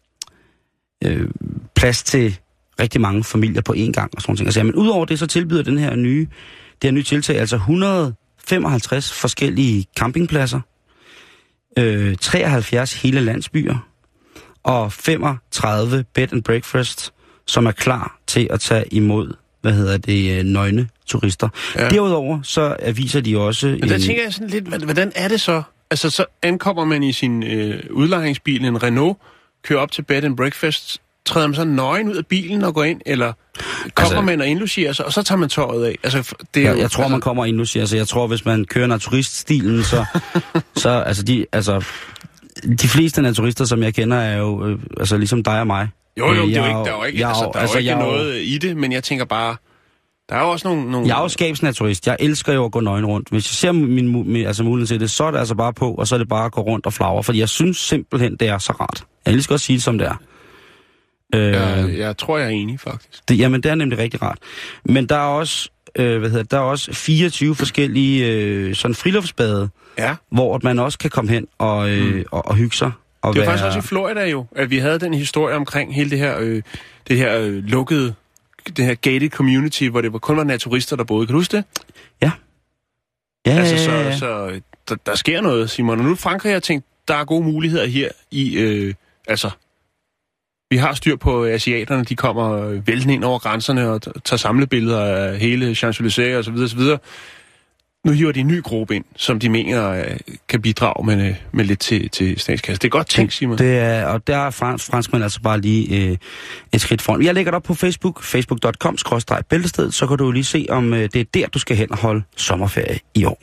Øh, plads til rigtig mange familier på én gang og sådan ting. Altså, men udover det, så tilbyder den her nye, det her nye tiltag altså et hundrede og femoghalvtreds forskellige campingpladser, øh, treoghalvfjerds hele landsbyer og femogtredive bed and breakfast, som er klar til at tage imod, hvad hedder det, nøgne turister. Ja. Derudover så viser de også... Men der en... tænker jeg sådan lidt, hvordan er det så? Altså, så ankommer man i sin øh, udlejningsbil, en Renault, kører op til bed and breakfast, træder man så nøgen ud af bilen og går ind, eller kommer altså, man og indlogerer sig, og så tager man tøjet af? Altså, det er jeg, jo, jeg tror, altså... man kommer og indlogerer sig. Jeg tror, hvis man kører naturiststilen, så, så altså, de, altså, de fleste naturister, som jeg kender, er jo øh, altså, ligesom dig og mig. Jo, jo, øh, det er jo ikke, der er jo ikke, jeg, altså, der er altså, jo ikke jeg, noget i det, men jeg tænker bare, der er jo også nogle... nogle... Jeg er jo skabsnaturist. Jeg elsker jo at gå nøgen rundt. Hvis jeg ser min, min altså, mulighed til det, så er det altså bare på, og så er det bare at gå rundt og flagre, fordi jeg synes simpelthen, det er så rart. Jeg vil lige godt sige det, som det er. Øh, jeg, jeg tror, jeg er enig, faktisk. Det, jamen, det er nemlig rigtig rart. Men der er også, øh, hvad hedder, der er også fireogtyve forskellige øh, sådan friluftsbade, ja. Hvor man også kan komme hen og, øh, mm. og, og hygge sig. Og det var være... faktisk også i Florida jo, at vi havde den historie omkring hele det her, øh, det her øh, lukkede, det her gated community, hvor det kun var naturister, der boede. Kan du huske det? Ja. Ja, altså, ja, ja, ja. så, så der, der sker noget, Simon. Og nu Frankrig har tænkt, der er gode muligheder her i, øh, altså, vi har styr på asiaterne, de kommer væltende ind over grænserne og tager samlebilleder af hele Champs-Élysées og så videre, så videre. nu hiver de en ny gruppe ind, som de mener uh, kan bidrage med, med lidt til, til statskassen. Det er godt tænkt, Simon. Det er, og der er frans, franskmænd altså bare lige øh, et skridt foran. Jeg lægger det op på Facebook, facebook punktum com skråstreg bæltestedet, så kan du lige se, om øh, det er der, du skal hen og holde sommerferie i år.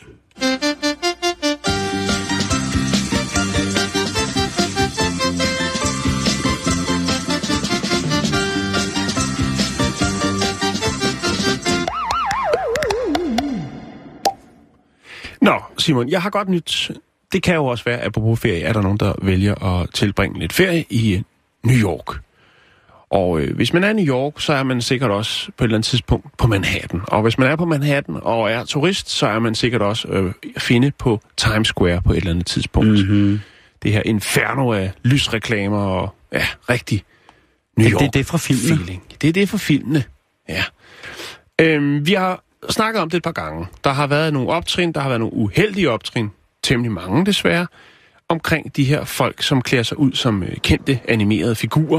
Nå, Simon, jeg har godt nyt. Det kan jo også være, at på ferie er der nogen, der vælger at tilbringe lidt ferie i New York. Og øh, hvis man er i New York, så er man sikkert også på et eller andet tidspunkt på Manhattan. Og hvis man er på Manhattan og er turist, så er man sikkert også øh, at finde på Times Square på et eller andet tidspunkt. Mm-hmm. Det her inferno af lysreklamer og ja, rigtig New York. Det er det fra filmene. Feeling. Det er det fra filmene, ja. Øhm, vi har snakket om det et par gange. Der har været nogle optrin, der har været nogle uheldige optrin, temmelig mange desværre, omkring de her folk, som klæder sig ud som øh, kendte animerede figurer,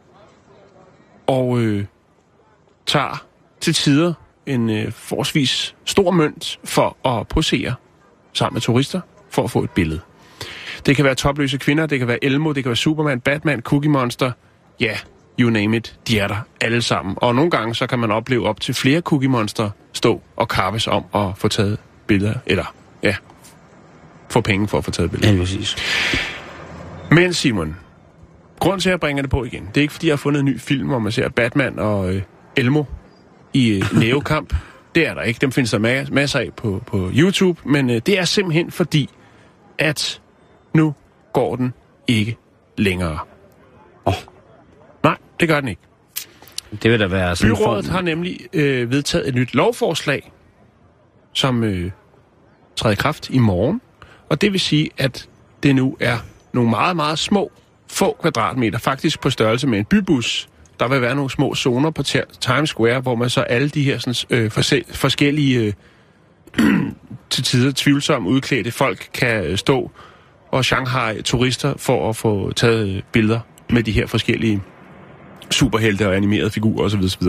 og øh, tager til tider en øh, forholdsvis stor mønt for at posere sammen med turister for at få et billede. Det kan være topløse kvinder, det kan være Elmo, det kan være Superman, Batman, Cookie Monster, ja, you name it, de er der alle sammen. Og nogle gange så kan man opleve op til flere Cookie Monster stå og kappes om at få taget billeder, eller ja, få penge for at få taget billeder. Ja, præcis. Men Simon, grunden til at jeg bringer det på igen, det er ikke fordi jeg har fundet en ny film, hvor man ser Batman og øh, Elmo i øh, nævekamp. Det er der ikke, dem findes der ma- masser af på, på YouTube, men øh, det er simpelthen fordi, at nu går den ikke længere. Åh. Oh. Nej, det gør den ikke. Det vil da være sådan. Byrådet form... har nemlig øh, vedtaget et nyt lovforslag, som øh, træder i kraft i morgen. Og det vil sige, at det nu er nogle meget, meget små, få kvadratmeter, faktisk på størrelse med en bybus. Der vil være nogle små zoner på Times Square, hvor man så alle de her sådan, øh, forsel- forskellige, øh, til tider tvivlsomme udklædte folk kan stå og Shanghai-turister for at få taget billeder med de her forskellige superhelte og animerede figurer osv. osv.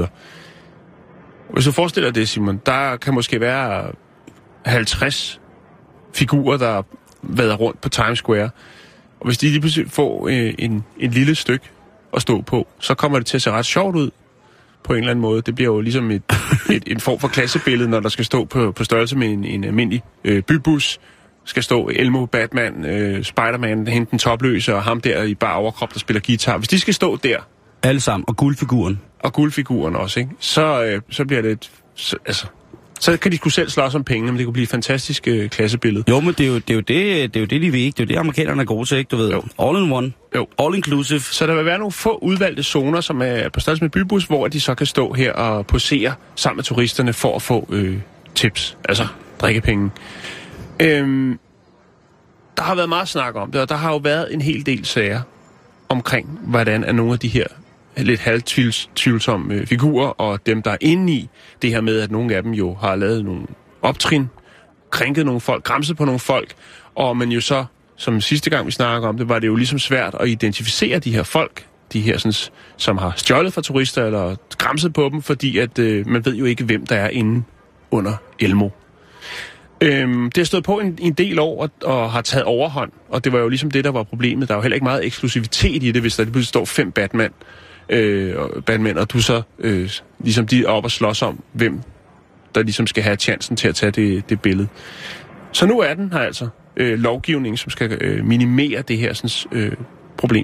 Hvis du forestiller det, Simon, der kan måske være halvtreds figurer, der vader rundt på Times Square. Og hvis de lige pludselig får øh, en, en lille stykke at stå på, så kommer det til at se ret sjovt ud på en eller anden måde. Det bliver jo ligesom et, et, en form for klassebillede, når der skal stå på, på størrelse med en, en almindelig øh, bybus. Skal stå Elmo, Batman, øh, Spider-Man, hente den topløse, og ham der i bare overkrop, der spiller guitar. Hvis de skal stå der... Alle sammen, og guldfiguren. Og guldfiguren også, ikke? Så, øh, så bliver det... Et, så, altså, så kan de sgu selv slås om pengene, men det kunne blive et fantastisk øh, klassebillede. Jo, men det er jo det, er jo det, det, er jo det de vil ikke. Det er jo det, amerikanerne er gode til, ikke? Du ved, jo. All in one. Jo. All inclusive. Så der vil være nogle få udvalgte zoner, som er på størrelse med bybus, hvor de så kan stå her og posere sammen med turisterne for at få øh, tips, altså drikkepenge. Øhm, der har været meget snak om det, og der har jo været en hel del sager omkring, hvordan er nogle af de her lidt halvtvivlsomme øh, figurer, og dem, der er inde i det her med, at nogle af dem jo har lavet nogle optrin, krænket nogle folk, gramset på nogle folk, og man jo så, som sidste gang vi snakkede om det, var det jo ligesom svært at identificere de her folk, de her, sådan, som har stjålet fra turister, eller gramset på dem, fordi at øh, man ved jo ikke, hvem der er inde under Elmo. Øhm, det har stået på en, en del år og, og har taget overhånd, og det var jo ligesom det, der var problemet. Der er jo heller ikke meget eksklusivitet i det, hvis der lige pludselig står fem Batman, øh, og Batman, og du så øh, ligesom de er oppe og slås om, hvem der ligesom skal have chancen til at tage det, det billede. Så nu er den her altså øh, lovgivning, som skal øh, minimere det her sådan, øh, problem.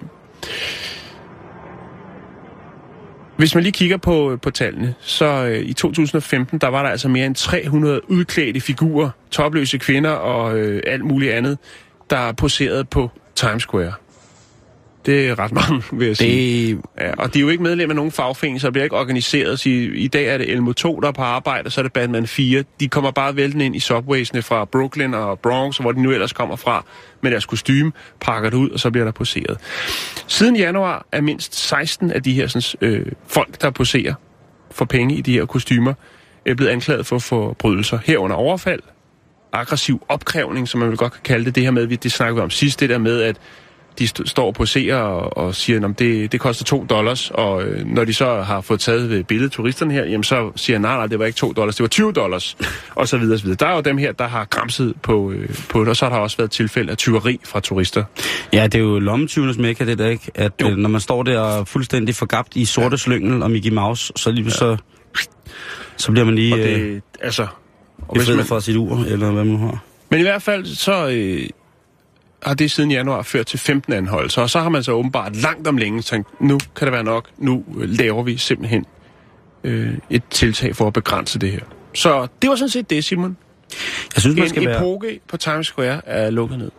Hvis man lige kigger på, på tallene, så øh, i to tusind og femten, der var der altså mere end tre hundrede udklædte figurer, topløse kvinder og øh, alt muligt andet, der poserede på Times Square. Det er ret mange, vil jeg det... sige. Ja, og de er jo ikke medlem af nogen fagforening, så det bliver ikke organiseret. Så i, I dag er det Elmo to, der er på arbejde, og så er det Batman fire. De kommer bare væltende ind i subwaysene fra Brooklyn og Bronx, hvor de nu ellers kommer fra, med deres kostume, pakker det ud, og så bliver der poseret. Siden januar er mindst seksten af de her sådan, øh, folk, der poserer for penge i de her kostymer, er blevet anklaget for forbrydelser herunder overfald, aggressiv opkrævning, som man vel godt kan kalde det. Det her med, det snakker vi om sidst, det der med, at de st- står og poserer og, og siger, at det, det koster to dollars, og øh, når de så har fået taget ved billedet turisterne her, jamen så siger nej, nej, det var ikke to dollars, det var tyve dollars, og så videre, så videre. Der er jo dem her, der har gramset på, øh, på det, og så har der også været tilfælde af tyveri fra turister. Ja, det er jo lommetyvenes mekka, det der, ikke? At øh, når man står der og fuldstændig forgabt i sorte ja. slyngel og Mickey Mouse, så lige ja. så, så bliver man lige... Og det, øh, altså... Og hvis man fra sit ur, eller hvad man har. Men i hvert fald, så... Øh, har det siden januar ført til femten anholdelser, og så har man så åbenbart langt om længe tænkt, nu kan det være nok, nu laver vi simpelthen øh, et tiltag for at begrænse det her. Så det var sådan set det, Simon. Jeg synes, man skal en være... epoke på Times Square er lukket ned.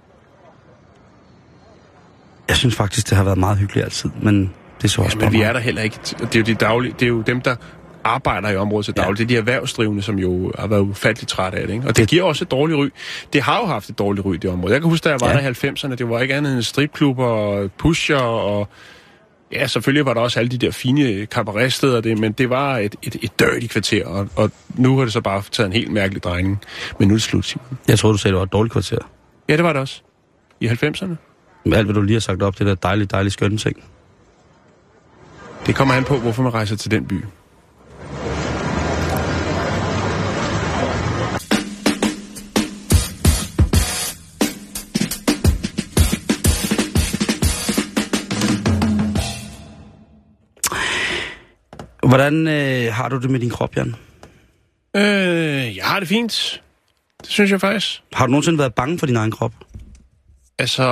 Jeg synes faktisk, det har været meget hyggeligt altid, men det er så også ja, men vi er der heller ikke. Det er jo de daglige, det er jo dem, der arbejder i området til dagligt. Ja. Det er de erhvervsdrivende, som jo har været ufatteligt trætte af det, ikke? Og det, det giver også et dårligt ry. Det har jo haft et dårligt ry, det område. Jeg kan huske, da jeg var ja. der i halvfemserne, det var ikke andet end stripklubber og pusher, og ja, selvfølgelig var der også alle de der fine cabaretsteder, det, men det var et, et, et dirty kvarter, og, og nu har det så bare taget en helt mærkelig drejning. Men nu er det slut, Simon. Jeg troede, du sagde, det var et dårligt kvarter. Ja, det var det også. I halvfemserne. Men alt, hvad du lige har sagt op, det der dejlige, dejlige skønne ting. Det kommer an på, hvorfor man rejser til den by. Hvordan øh, har du det med din krop, Jan? Øh, jeg har det fint. Det synes jeg faktisk. Har du nogensinde været bange for din egen krop? Altså...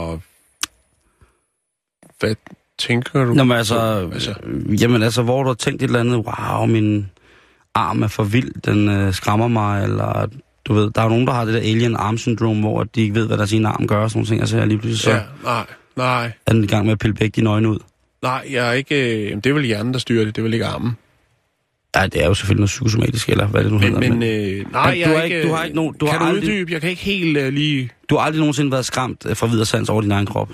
Hvad tænker du? Nå, men altså, altså... Jamen altså, hvor du har tænkt et eller andet, wow, min arm er for vild, den øh, skræmmer mig, eller du ved, der er jo nogen, der har det der alien arm syndrom, hvor de ikke ved, hvad der sin arm gør, og sådan nogle ting, altså lige pludselig så... Ja, nej, nej. Er den i gang med at pille begge dine øjne ud? Nej, jeg er ikke... Øh, det er vel hjernen, der styrer det, det er vel ikke armen. Nej, det er jo selvfølgelig noget psykosomatisk, eller hvad det nu men, hedder. Men, øh, nej, jeg du er har ikke... Du har ikke nogen... Du kan har du aldrig, uddybe? Jeg kan ikke helt øh, lige... Du har aldrig nogensinde været skræmt fra videre sans over din egen krop?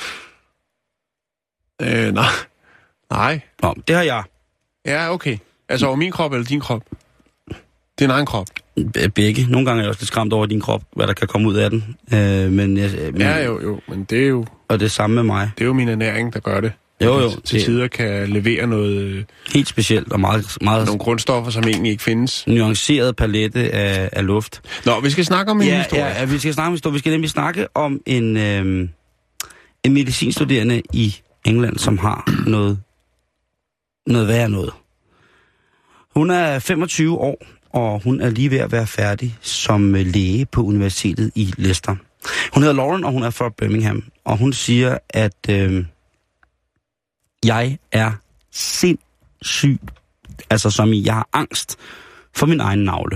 øh, nej. Nej. Nå, det har jeg. Ja, okay. Altså over min krop eller din krop? Din egen krop? Begge. Nogle gange er jeg også lidt skræmt over din krop, hvad der kan komme ud af den. Øh, men jeg, men, ja, jo, jo. Men det er jo... Og det samme med mig. Det er jo min ernæring, der gør det. Jo, jo. Til det, tider kan levere noget... Helt specielt og meget... meget nogle grundstoffer, som egentlig ikke findes. Nuanceret palette af, af luft. Nå, vi skal snakke om en ja, historie. Ja, vi skal snakke om en historie. Vi skal nemlig snakke om en, øh, en medicinstuderende i England, som har noget, noget værre noget. Hun er femogtyve år, og hun er lige ved at være færdig som læge på universitetet i Leicester. Hun hedder Lauren, og hun er fra Birmingham. Og hun siger, at... Øh, Jeg er sindssygt, altså som i, jeg har angst for min egen navle.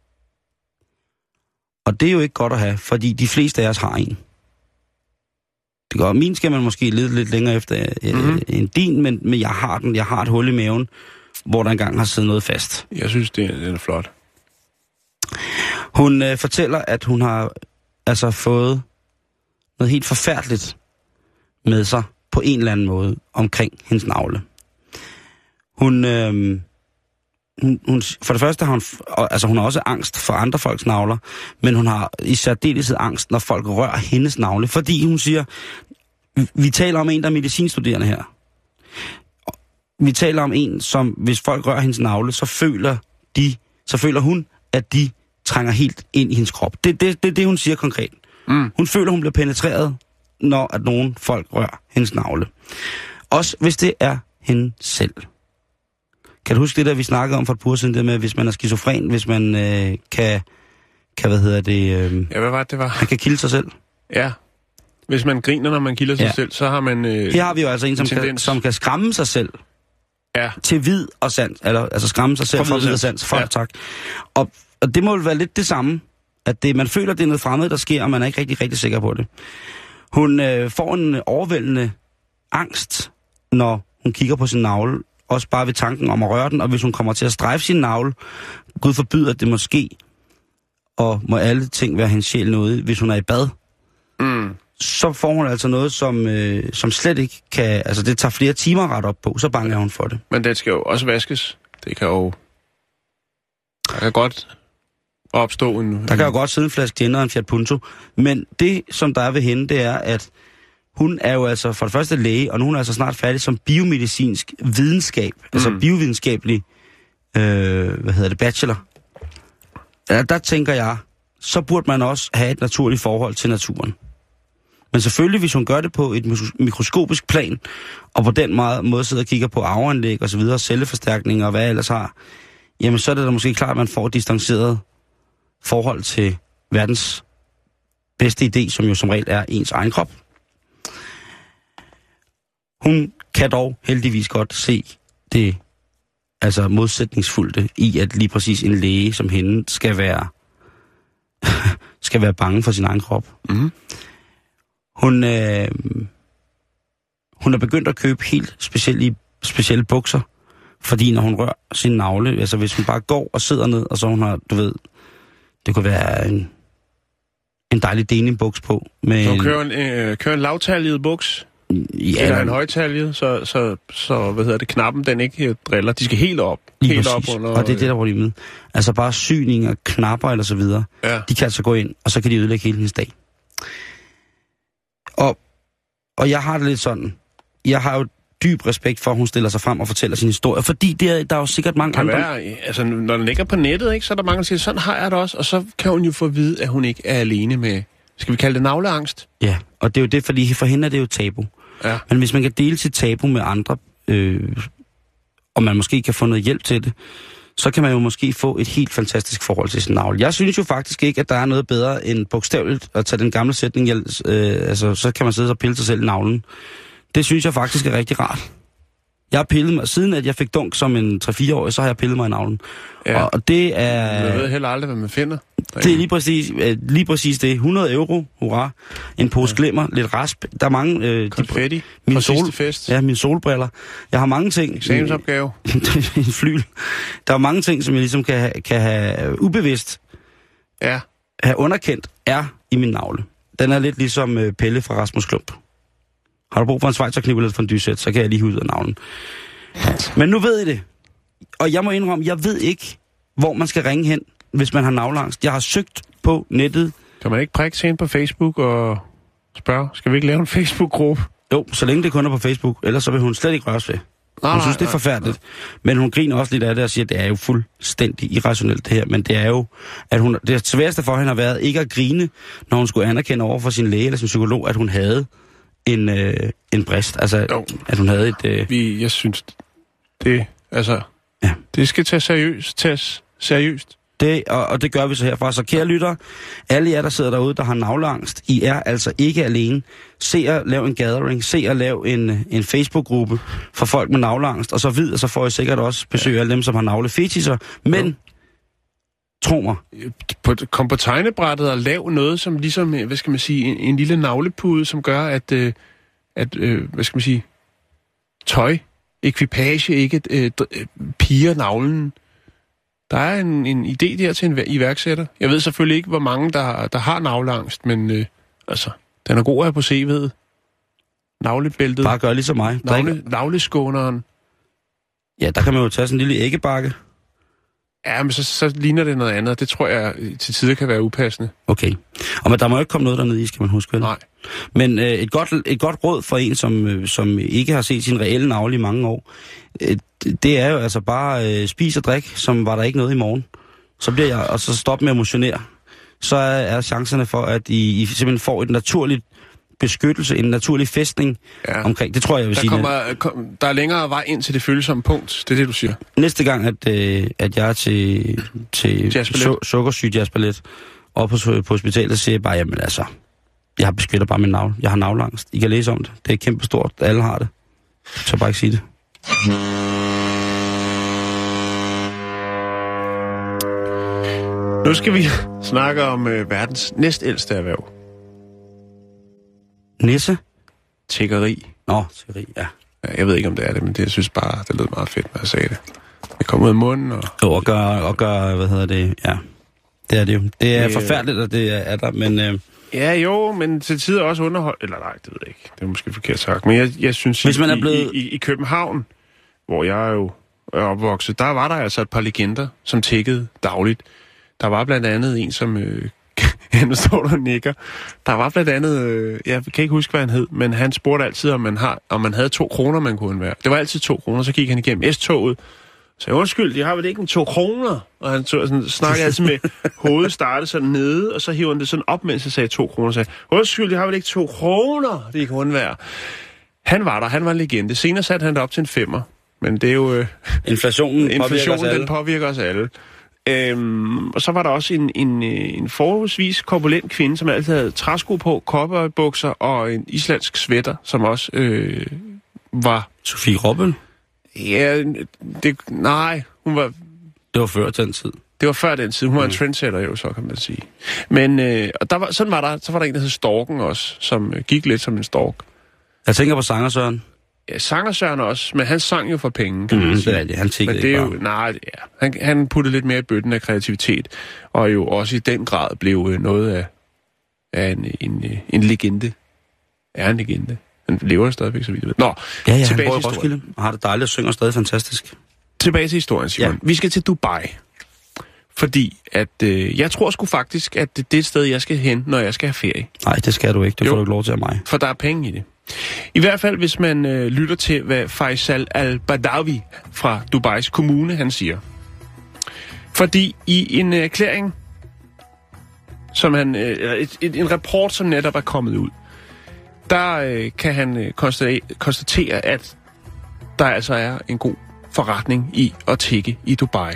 Og det er jo ikke godt at have, fordi de fleste af os har en. Det går, min skal man måske lede lidt længere efter mm-hmm. øh, end din, men, men jeg har den. Jeg har et hul i maven, hvor der engang har siddet noget fast. Jeg synes, det er, det er flot. Hun øh, fortæller, at hun har altså fået noget helt forfærdeligt med sig, på en eller anden måde, omkring hendes navle. Hun, øh, hun, hun, for det første har hun, altså hun har også angst for andre folks navler, men hun har i særdeleshed angst, når folk rører hendes navle, fordi hun siger, vi taler om en, der er medicinstuderende her. Vi taler om en, som hvis folk rører hendes navle, så føler de, så føler hun, at de trænger helt ind i hendes krop. Det er det, det, det, hun siger konkret. Mm. Hun føler, hun bliver penetreret, når at nogen folk rører hendes navle. Også hvis det er hende selv. Kan du huske det, der vi snakkede om for et par uger siden, det med, hvis man er skizofren, hvis man øh, kan, kan, hvad hedder det... Øh, ja, hvad var det, det var? Man kan kilde sig selv. Ja. Hvis man griner, når man kilder sig ja. selv, så har man... Øh, Her har vi jo altså en, som kan, som kan skræmme sig selv. Ja. Til vid og sans. Eller, altså skræmme sig selv for vid og sans. For, ja. Tak. Og, og det må jo være lidt det samme, at det, man føler, det er noget fremmed, der sker, og man er ikke rigtig, rigtig sikker på det. Hun øh, får en overvældende angst, når hun kigger på sin navle, også bare ved tanken om at røre den, og hvis hun kommer til at strejfe sin navle, Gud forbyder, at det må ske, og må alle ting være hendes sjæl noget, hvis hun er i bad, mm. så får hun altså noget, som, øh, som slet ikke kan, altså det tager flere timer ret op på, så bange er hun for det. Men det skal jo også vaskes. Det kan jo, der kan godt opstå en... Der kan jo godt sidde en flaske gin og en Fiat Punto, men det, som der er ved hende, det er, at hun er jo altså for det første læge, og nu er hun altså snart færdig som biomedicinsk videnskab, mm. altså biovidenskabelig, øh, hvad hedder det, bachelor. Ja, der tænker jeg, så burde man også have et naturligt forhold til naturen. Men selvfølgelig, hvis hun gør det på et mikroskopisk plan, og på den måde sidder og kigger på arveanlæg og så videre, celleforstærkninger og hvad jeg ellers har, jamen så er det da måske klart, at man får et distanceret forhold til verdens bedste idé, som jo som regel er ens egen krop. Hun kan dog heldigvis godt se det altså modsætningsfulde i, at lige præcis en læge som hende skal være skal være bange for sin egen krop. Mm-hmm. Hun, øh, hun er begyndt at købe helt specielle, specielle bukser, fordi når hun rører sin navle, altså hvis hun bare går og sidder ned, og så hun har, du ved, det kunne være en, en dejlig denimbuks på. Med så hun kører en, øh, kører en lavtaljet buks? Ja, eller en højtaljet, så, så, så hvad hedder det, knappen, den ikke driller. De skal helt op. Lige helt præcis. Op under, og det er det, der var lige med. Altså bare syninger, knapper eller så videre. Ja. De kan altså gå ind, og så kan de ødelægge hele hendes dag. Og, og jeg har det lidt sådan. Jeg har jo dyb respekt for, at hun stiller sig frem og fortæller sin historie. Fordi det er, der er jo sikkert mange kan andre... Være, altså, når den ligger på nettet, ikke, så er der mange, der siger, sådan har jeg det også. Og så kan hun jo få at vide, at hun ikke er alene med, skal vi kalde det navleangst? Ja, og det er jo det, fordi for hende er det jo tabu. Ja. Men hvis man kan dele sit tabu med andre, øh, og man måske kan få noget hjælp til det, så kan man jo måske få et helt fantastisk forhold til sin navle. Jeg synes jo faktisk ikke, at der er noget bedre end bogstaveligt at tage den gamle sætning, øh, altså så kan man sidde og pille sig selv i navlen. Det synes jeg faktisk er rigtig rart. Jeg har pillet mig, siden at jeg fik dunk som en tre-fire-årig, så har jeg pillet mig i navlen. Ja. Og det er... Jeg ved heller aldrig, hvad man finder. Det er lige præcis, lige præcis det. hundrede euro, hurra. En pose ja. Glimmer, lidt rasp. Der er mange... Øh, konfetti de, min sol, fest. Ja, mine solbriller. Jeg har mange ting... Eksamensopgave. En flyl. Der er mange ting, som jeg ligesom kan have, kan have ubevidst ja. have underkendt, er i min navle. Den er lidt ligesom øh, Pelle fra Rasmus Klump. Har du brug for en schweizerkniv eller for en dysæt, så kan jeg lige ud af navlen. Men nu ved I det. Og jeg må indrømme, jeg ved ikke, hvor man skal ringe hen, hvis man har navleangst. Jeg har søgt på nettet. Kan man ikke prikke sig ind på Facebook og spørge, skal vi ikke lave en Facebook-gruppe? Jo, så længe det kun er på Facebook, ellers så vil hun slet ikke røres ved. Hun nej, synes, det er forfærdeligt. Nej. Men hun griner også lidt af det og siger, at det er jo fuldstændig irrationelt det her. Men det er jo, at hun, det sværeste for hende har været ikke at grine, når hun skulle anerkende over for sin læge eller sin psykolog, at hun havde en, øh, en brist. Altså, jo. At hun havde et... Øh... Vi, jeg synes, det, altså, ja. Det skal tages seriøst. Tages seriøst. Det, og, og det gør vi så herfra. Så kære lytter, alle jer, der sidder derude, der har navleangst, I er altså ikke alene. Se at lave en gathering, se at lave en, en Facebook-gruppe for folk med navleangst, og så videre, så får I sikkert også besøg af ja. Dem, som har navlefetisser. Men, jo. Tro mig. Kom på tegnebrættet og lav noget, som ligesom, hvad skal man sige, en, en lille navlepude, som gør, at, øh, at øh, hvad skal man sige, tøj, ekvipage, ikke øh, piger navlen. Der er en, en idé der til en iværksætter. Jeg ved selvfølgelig ikke, hvor mange, der, der har navleangst, men øh, altså, den er god her på C V'et. Navlebæltet. Bare gør ligesom mig. Navle, navleskåneren. Ja, der kan man jo tage sådan en lille æggebakke. Ja, men så, så ligner det noget andet. Det tror jeg til tider kan være upassende. Okay. Og men der må jo ikke komme noget dernede i, skal man huske. Vel? Nej. Men øh, et, godt, et godt råd for en, som, øh, som ikke har set sin reelle navle i mange år, øh, det er jo altså bare øh, spis og drik, som var der ikke noget i morgen. Så bliver jeg, og så stop med at motionere. Så er, er chancerne for, at I, I simpelthen får et naturligt beskyttelse, en naturlig fæstning ja. Omkring. Det tror jeg, jeg vil der sige. Kommer, kom, der er længere vej ind til det følsomme punkt. Det er det, du siger. Næste gang, at, øh, at jeg er til, til su- sukkersyg jazzballet og på, på hospitalet, så siger jeg bare, jamen altså, jeg har beskyttet bare min navle. Jeg har navleangst. I kan læse om det. Det er kæmpestort. Alle har det. Så bare ikke sige det. Nu skal vi snakke om øh, verdens næstældste erhverv. Nisse? Tiggeri. Nå, tiggeri, ja. ja. Jeg ved ikke, om det er det, men det, jeg synes bare, det lød meget fedt, når jeg sagde det. Det kommer ud af munden, og... Jo, og gør, og gør, hvad hedder det, ja. Det er det jo. Det er øh... forfærdeligt, at det er der, men... Øh... Ja, jo, men til tider også underhold... Eller nej, det ved jeg ikke. Det er måske forkert sagt. Men jeg, jeg synes, Hvis man er blevet... i, i, i København, hvor jeg jo er opvokset, der var der altså et par legender, som tiggede dagligt. Der var blandt andet en, som øh, Han står der og nikker. Der var blandt andet, øh, jeg kan ikke huske, hvad han hed, men han spurgte altid, om man, har, om man havde to kroner, man kunne være. Det var altid to kroner, så gik han igennem S-toget. Så undskyld, de har vel ikke en to kroner? Og han tog, sådan, snakkede altid med hovedet, startede sådan nede, og så hiver han det sådan op, mens jeg sagde to kroner. Og sagde, undskyld, de har vel ikke to kroner? Det kan undvære. Han var der, han var en legende. Senere satte han det op til en femmer. Men det er jo... Øh, inflationen, inflationen påvirker den påvirker os alle. Øhm, og så var der også en, en, en forholdsvis korpulent kvinde, som altid havde træsko på, kopperbukser og en islandsk sweater, som også øh, var... Sofie Robben? Ja, det, nej, hun var... Det var før den tid. Det var før den tid. Hun var mm. en trendsetter jo, så kan man sige. Men øh, og der var, sådan var der, så var der en, der hed Storken også, som øh, gik lidt som en stork. Jeg tænker på Sanger Søren. Ja, Sanger Søren også, men han sang jo for penge, kan mm, man sige. Det er det, han tænkte men det er ikke jo, nej, ja. Han, han puttede lidt mere i bøtten af kreativitet, og jo også i den grad blev øh, noget af, af en, en, en, en legende. Er en legende. Han lever stadigvæk, så vidt jeg ved. Nå, ja, ja, tilbage han til Roskilde og har det dejligt og synger stadig fantastisk. Tilbage til historien, Simon. Ja. Vi skal til Dubai. Fordi at øh, jeg tror sgu faktisk, at det er et sted, jeg skal hen, når jeg skal have ferie. Nej, det skal du ikke. Det jo. får du ikke lov til af mig. For der er penge i det. I hvert fald, hvis man øh, lytter til, hvad Faisal Al-Badawi fra Dubais kommune, han siger. Fordi i en erklæring, som han, øh, et, et, en rapport, som netop er kommet ud, der øh, kan han øh, konstatere, konstatere, at der altså er en god forretning i at tigge i Dubai.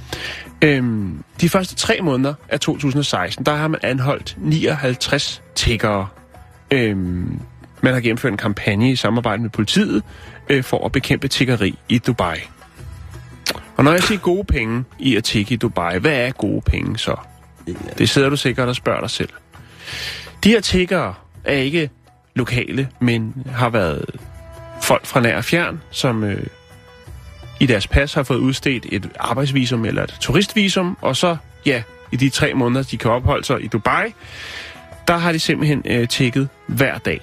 Øhm, de første tre måneder af to tusind og seksten, der har man anholdt nioghalvtreds tiggere. Øhm, man har gennemført en kampagne i samarbejde med politiet øh, for at bekæmpe tiggeri i Dubai. Og når jeg siger gode penge i at tigge i Dubai, hvad er gode penge så? Det sidder du sikkert og spørger dig selv. De her tiggere er ikke lokale, men har været folk fra nær og fjern, som øh, i deres pas har fået udstedt et arbejdsvisum eller et turistvisum, og så, ja, i de tre måneder, de kan opholde sig i Dubai, der har de simpelthen øh, tigget hver dag.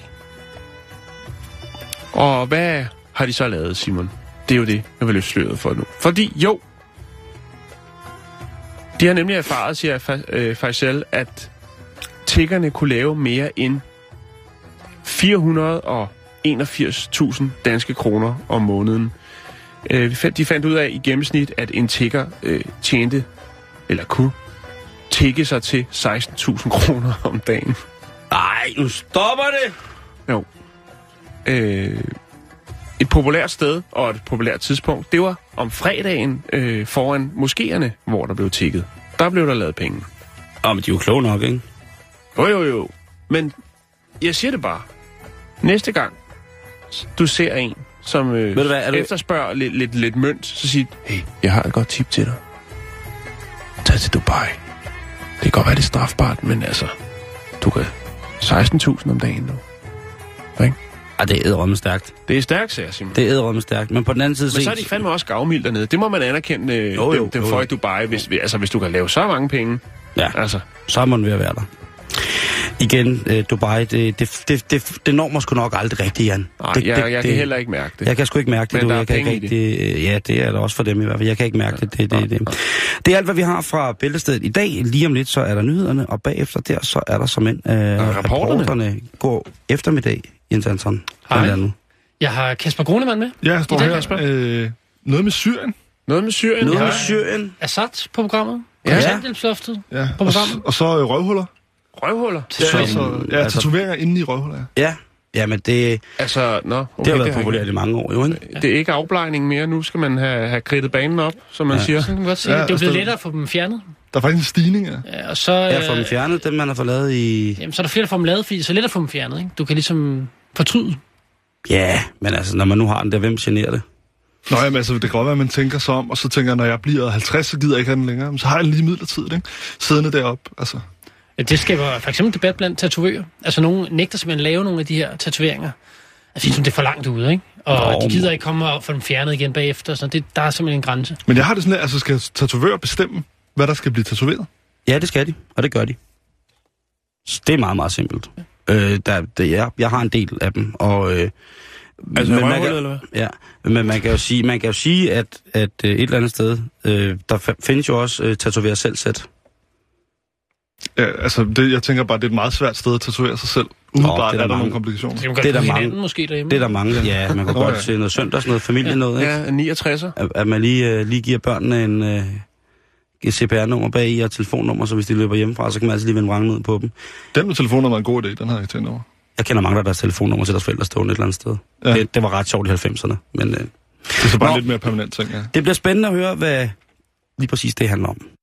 Og hvad har de så lavet, Simon? Det er jo det, jeg vil løfte sløret for nu. Fordi, jo, de har nemlig erfaret, siger øh, Faisal, at tiggerne kunne lave mere end fire hundrede og enogfirs tusind danske kroner om måneden. Øh, de fandt ud af i gennemsnit, at en tigger øh, tjente, eller kunne, tigge sig til seksten tusind kroner om dagen. Nej, nu stopper det! Jo. Øh, et populært sted og et populært tidspunkt, det var om fredagen øh, foran moskéerne, hvor der blev tigget. Der blev der lavet penge. Åh, men de er jo kloge nok, ikke? Jo, jo, jo. Men jeg siger det bare. Næste gang, du ser en, som øh, hvad, er efterspørger du... lidt, lidt, lidt mønt, så siger hey, jeg har et godt tip til dig. Tag til Dubai. Det kan godt være, det er strafbart, men altså, du kan seksten tusind om dagen nu. Ikke? Ah, det er edderrømme stærkt. Det er stærkt, siger jeg simpelthen. Det er edderrømme stærkt, men på den anden side... Men så er de fandme også gavmild dernede. Det må man anerkende øh, jo, jo, dem, dem jo, for jo. i Dubai, hvis, altså, hvis du kan lave så mange penge. Ja, altså. Så er man ved at være der. Igen, øh, Dubai, det, det, det, det, det når man sgu nok aldrig rigtigt, Jan. Nej, det, jeg, det, jeg det, kan heller ikke mærke det. Jeg kan sgu ikke mærke det, men du. Der jeg kan ikke rigtig, det. Ja, det er der også for dem i hvert fald. Jeg kan ikke mærke ja. det. Det, det, det. Ja. det er alt, hvad vi har fra Bæltestedet i dag. Lige om lidt, så er der nyhederne, og bagefter der, så er der som en øh, rapporterne. rapporterne går eftermiddag, Jens Anton. Hej. Jeg har Kasper Grunemann med. Ja, jeg står her. Øh, noget med Syrien. Noget med Syrien? Noget ja. med Syrien. Assad på programmet. Ja. Kontanthjælpsloftet ja. på programmet. Og, og så øh, røvhuller. Røvhuller? Ja, altså, ja altså, tatoveringer inde i røvhuller. Ja, ja. ja men det, altså, no, okay, det har været det populært i mange år, jo, ikke? Ja. Det er ikke afblejning mere. Nu skal man have, have kridtet banen op, som man ja. siger. Så kan man godt sige, ja, det er jo blevet lettere at få dem fjernet. Der er faktisk en stigning, ja. Ja, og så... Ja, få dem fjernet, dem man har fået lavet i... Jamen, så er der flere, der får dem lavet, fordi så er det lettere at få dem fjernet, ikke? Du kan ligesom fortryde. Ja, men altså, når man nu har den der, hvem generer det? Nå, jamen, altså, det kan godt være, at man tænker sig om, og så tænker jeg, når jeg bliver halvtreds, så gider jeg ikke have den længere. Men så har jeg den lige midlertidigt, ikke? Siddende deroppe, altså. Ja, det skaber for eksempel debat blandt tatovører. Altså, nogen nægter simpelthen at lave nogle af de her tatoveringer. Altså, ligesom det er for langt ude, ikke? Og Nå, de gider ikke komme og få dem fjernet igen bagefter, så det, der er simpelthen en grænse. Men jeg har det sådan, at altså, skal tatovører bestemme, hvad der skal blive tatoveret? Ja, det skal de, og det gør de. Så det er meget, meget simpelt. Øh, der, det, ja, jeg har en del af dem, og... Øh, altså, men man kan, eller hvad? Ja, men man kan jo sige, man kan jo sige at, at øh, et eller andet sted, øh, der f- findes jo også øh, tatovere selv sæt. Ja, altså, det, jeg tænker bare, det er et meget svært sted at tatovere sig selv. Umiddelbart Nå, er der, der nogle mange. komplikationer. Det, Det er der mange. hinanden måske derhjemme. Det er der mange. Ja, man kan Nå, godt ja. se noget søndags, noget familie, ja. noget, ikke? Ja, niogtresser. At, at man lige, uh, lige giver børnene en uh, C P R-nummer bag i og telefonnummer, så hvis de løber hjemmefra, så kan man altid lige vende vrangen ud på dem. Den med telefonnummer er en god idé, den har jeg ikke tænkt over. Jeg kender mange, der har deres telefonnummer til deres forældre stående et eller andet sted. Ja. Det, det var ret sjovt i halvfemserne. Men uh, Det er så bare Nå. lidt mere permanent ting, ja. det bliver spændende at høre, hvad lige præcis det handler om.